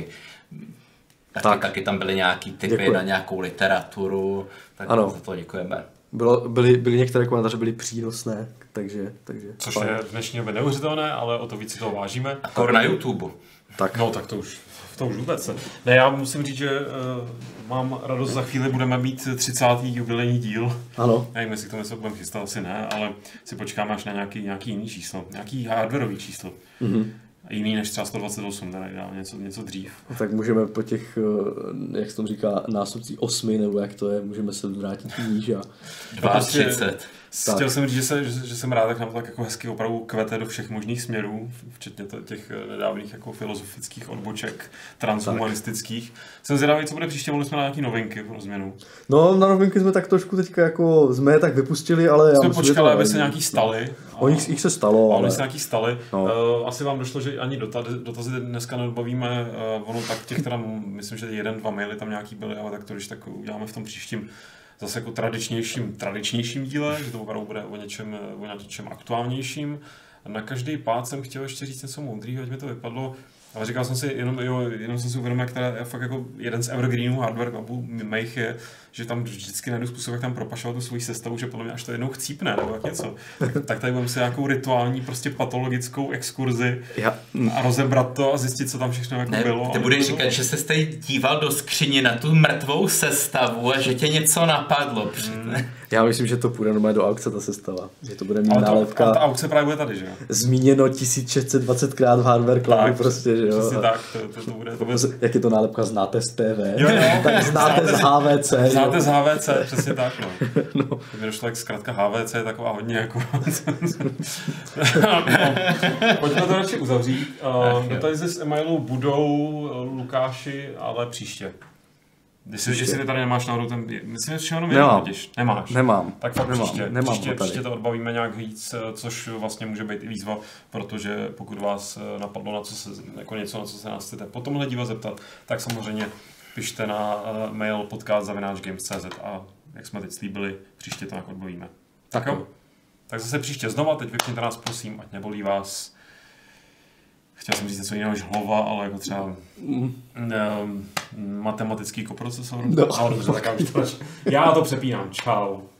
Taky, tak. taky tam byly nějaký tipy Děkuji. na nějakou literaturu, tak ano. za to děkujeme. Bylo, byly, byly některé komentáře byly přínosné, takže... takže Což fajn. Je v dnešní době neuvěřitelné, ale o to víc si toho vážíme. A to na YouTube. Tak. No tak to už, to už vůbec. Ne, já musím říct, že uh, mám radost, za chvíli budeme mít třicátý jubilejní díl. Ano. Nevím, jestli k tomu se budeme chystat, asi ne, ale si počkáme až na nějaký, nějaký jiný číslo, nějaký hardwareový číslo. Mm-hmm. Jiný než třeba sto dvacet osm, teda něco, něco dřív. Tak můžeme po těch, jak se tomu říká, nástupcích osmi, nebo jak to je, můžeme se vrátit níž a... třicet. Chtěl jsem říct, že, se, že, že jsem rád, jak nám to tak jako hezky opravdu kvete do všech možných směrů, včetně těch nedávných jako filozofických odboček, transhumanistických. Tak. Jsem zvědavý, co bude příště, mohli jsme na nějaký novinky pro změnu. No, na novinky jsme tak trošku teďka jako, jsme je tak vypustili, ale... Jsme já myslím, počkali, aby se nějaký stali. Oni jich se stalo, ale... Oni se nějaký stali. No. Uh, asi vám došlo, že ani dotazy, dotazy dneska neodbavíme, uh, ono tak těch teda, myslím, že jeden, dva maily tam nějaký byly, ale tak to když tak uděláme v tom příštím zase jako tradičnějším, tradičnějším díle, že to opravdu bude o něčem, o něčem aktuálnějším. Na každý pád jsem chtěl ještě říct něco moudrýho, ať mi to vypadlo, ale říkal jsem si, jenom, jo, jenom jsem si uvědomil, jak teda fakt jako jeden z evergreenů hardware clubů mých je, že tam vždycky najdu způsob, jak tam propašovat tu svoji sestavu, že podle mě až to jednou chcípne, nebo jak něco. Tak, tak tady budeme si nějakou rituální, prostě patologickou exkurzi Já. a rozebrat to a zjistit, co tam všechno jako ne, bylo. Ty budeš říkat, že jsi tady díval do skříně na tu mrtvou sestavu a že tě něco napadlo. Hmm. Já myslím, že to půjde normálně do aukce ta sestava. Že to bude mít ale to, nálepka. Ale ta aukce právě bude tady, že jo? Zmíněno tisíc šest set dvacet krát v hardware clubu prostě, že jo? Přesně tak, to, to, to bude. To bude... Jak je to nálepka, znáte z T V? Jo, jo. Tak znáte z H V C. Znáte z H V C, přesně tak, no. no. To mi došlo, jak zkrátka H V C je taková hodně jako... no, pojďme to radši uzavřít. Uh, dotazy z e-mailu budou, Lukáši, ale příště. Jestli, jestli ty tady nemáš náhodou ten... Myslím, že všechno nemám. Vidíš. Nemáš. Nemám. Tak fakt nemám. příště. Nemám příště, to příště to odbavíme nějak víc, což vlastně může být i výzva, protože pokud vás napadlo na co se, jako něco, na co se nás chcete po tomhle dívat zeptat, tak samozřejmě pište na mail podcast zavináč games tečka cé zet a jak jsme teď slíbili, příště to nějak odbavíme. Tak jo? Tak zase příště znova, teď vypněte nás prosím, ať nebolí vás. Chtěl jsem říct něco jiného než hlava, ale jako třeba mm. um, matematický koprocesor. No. No dobře, tak já už to Já to přepínám. Čau.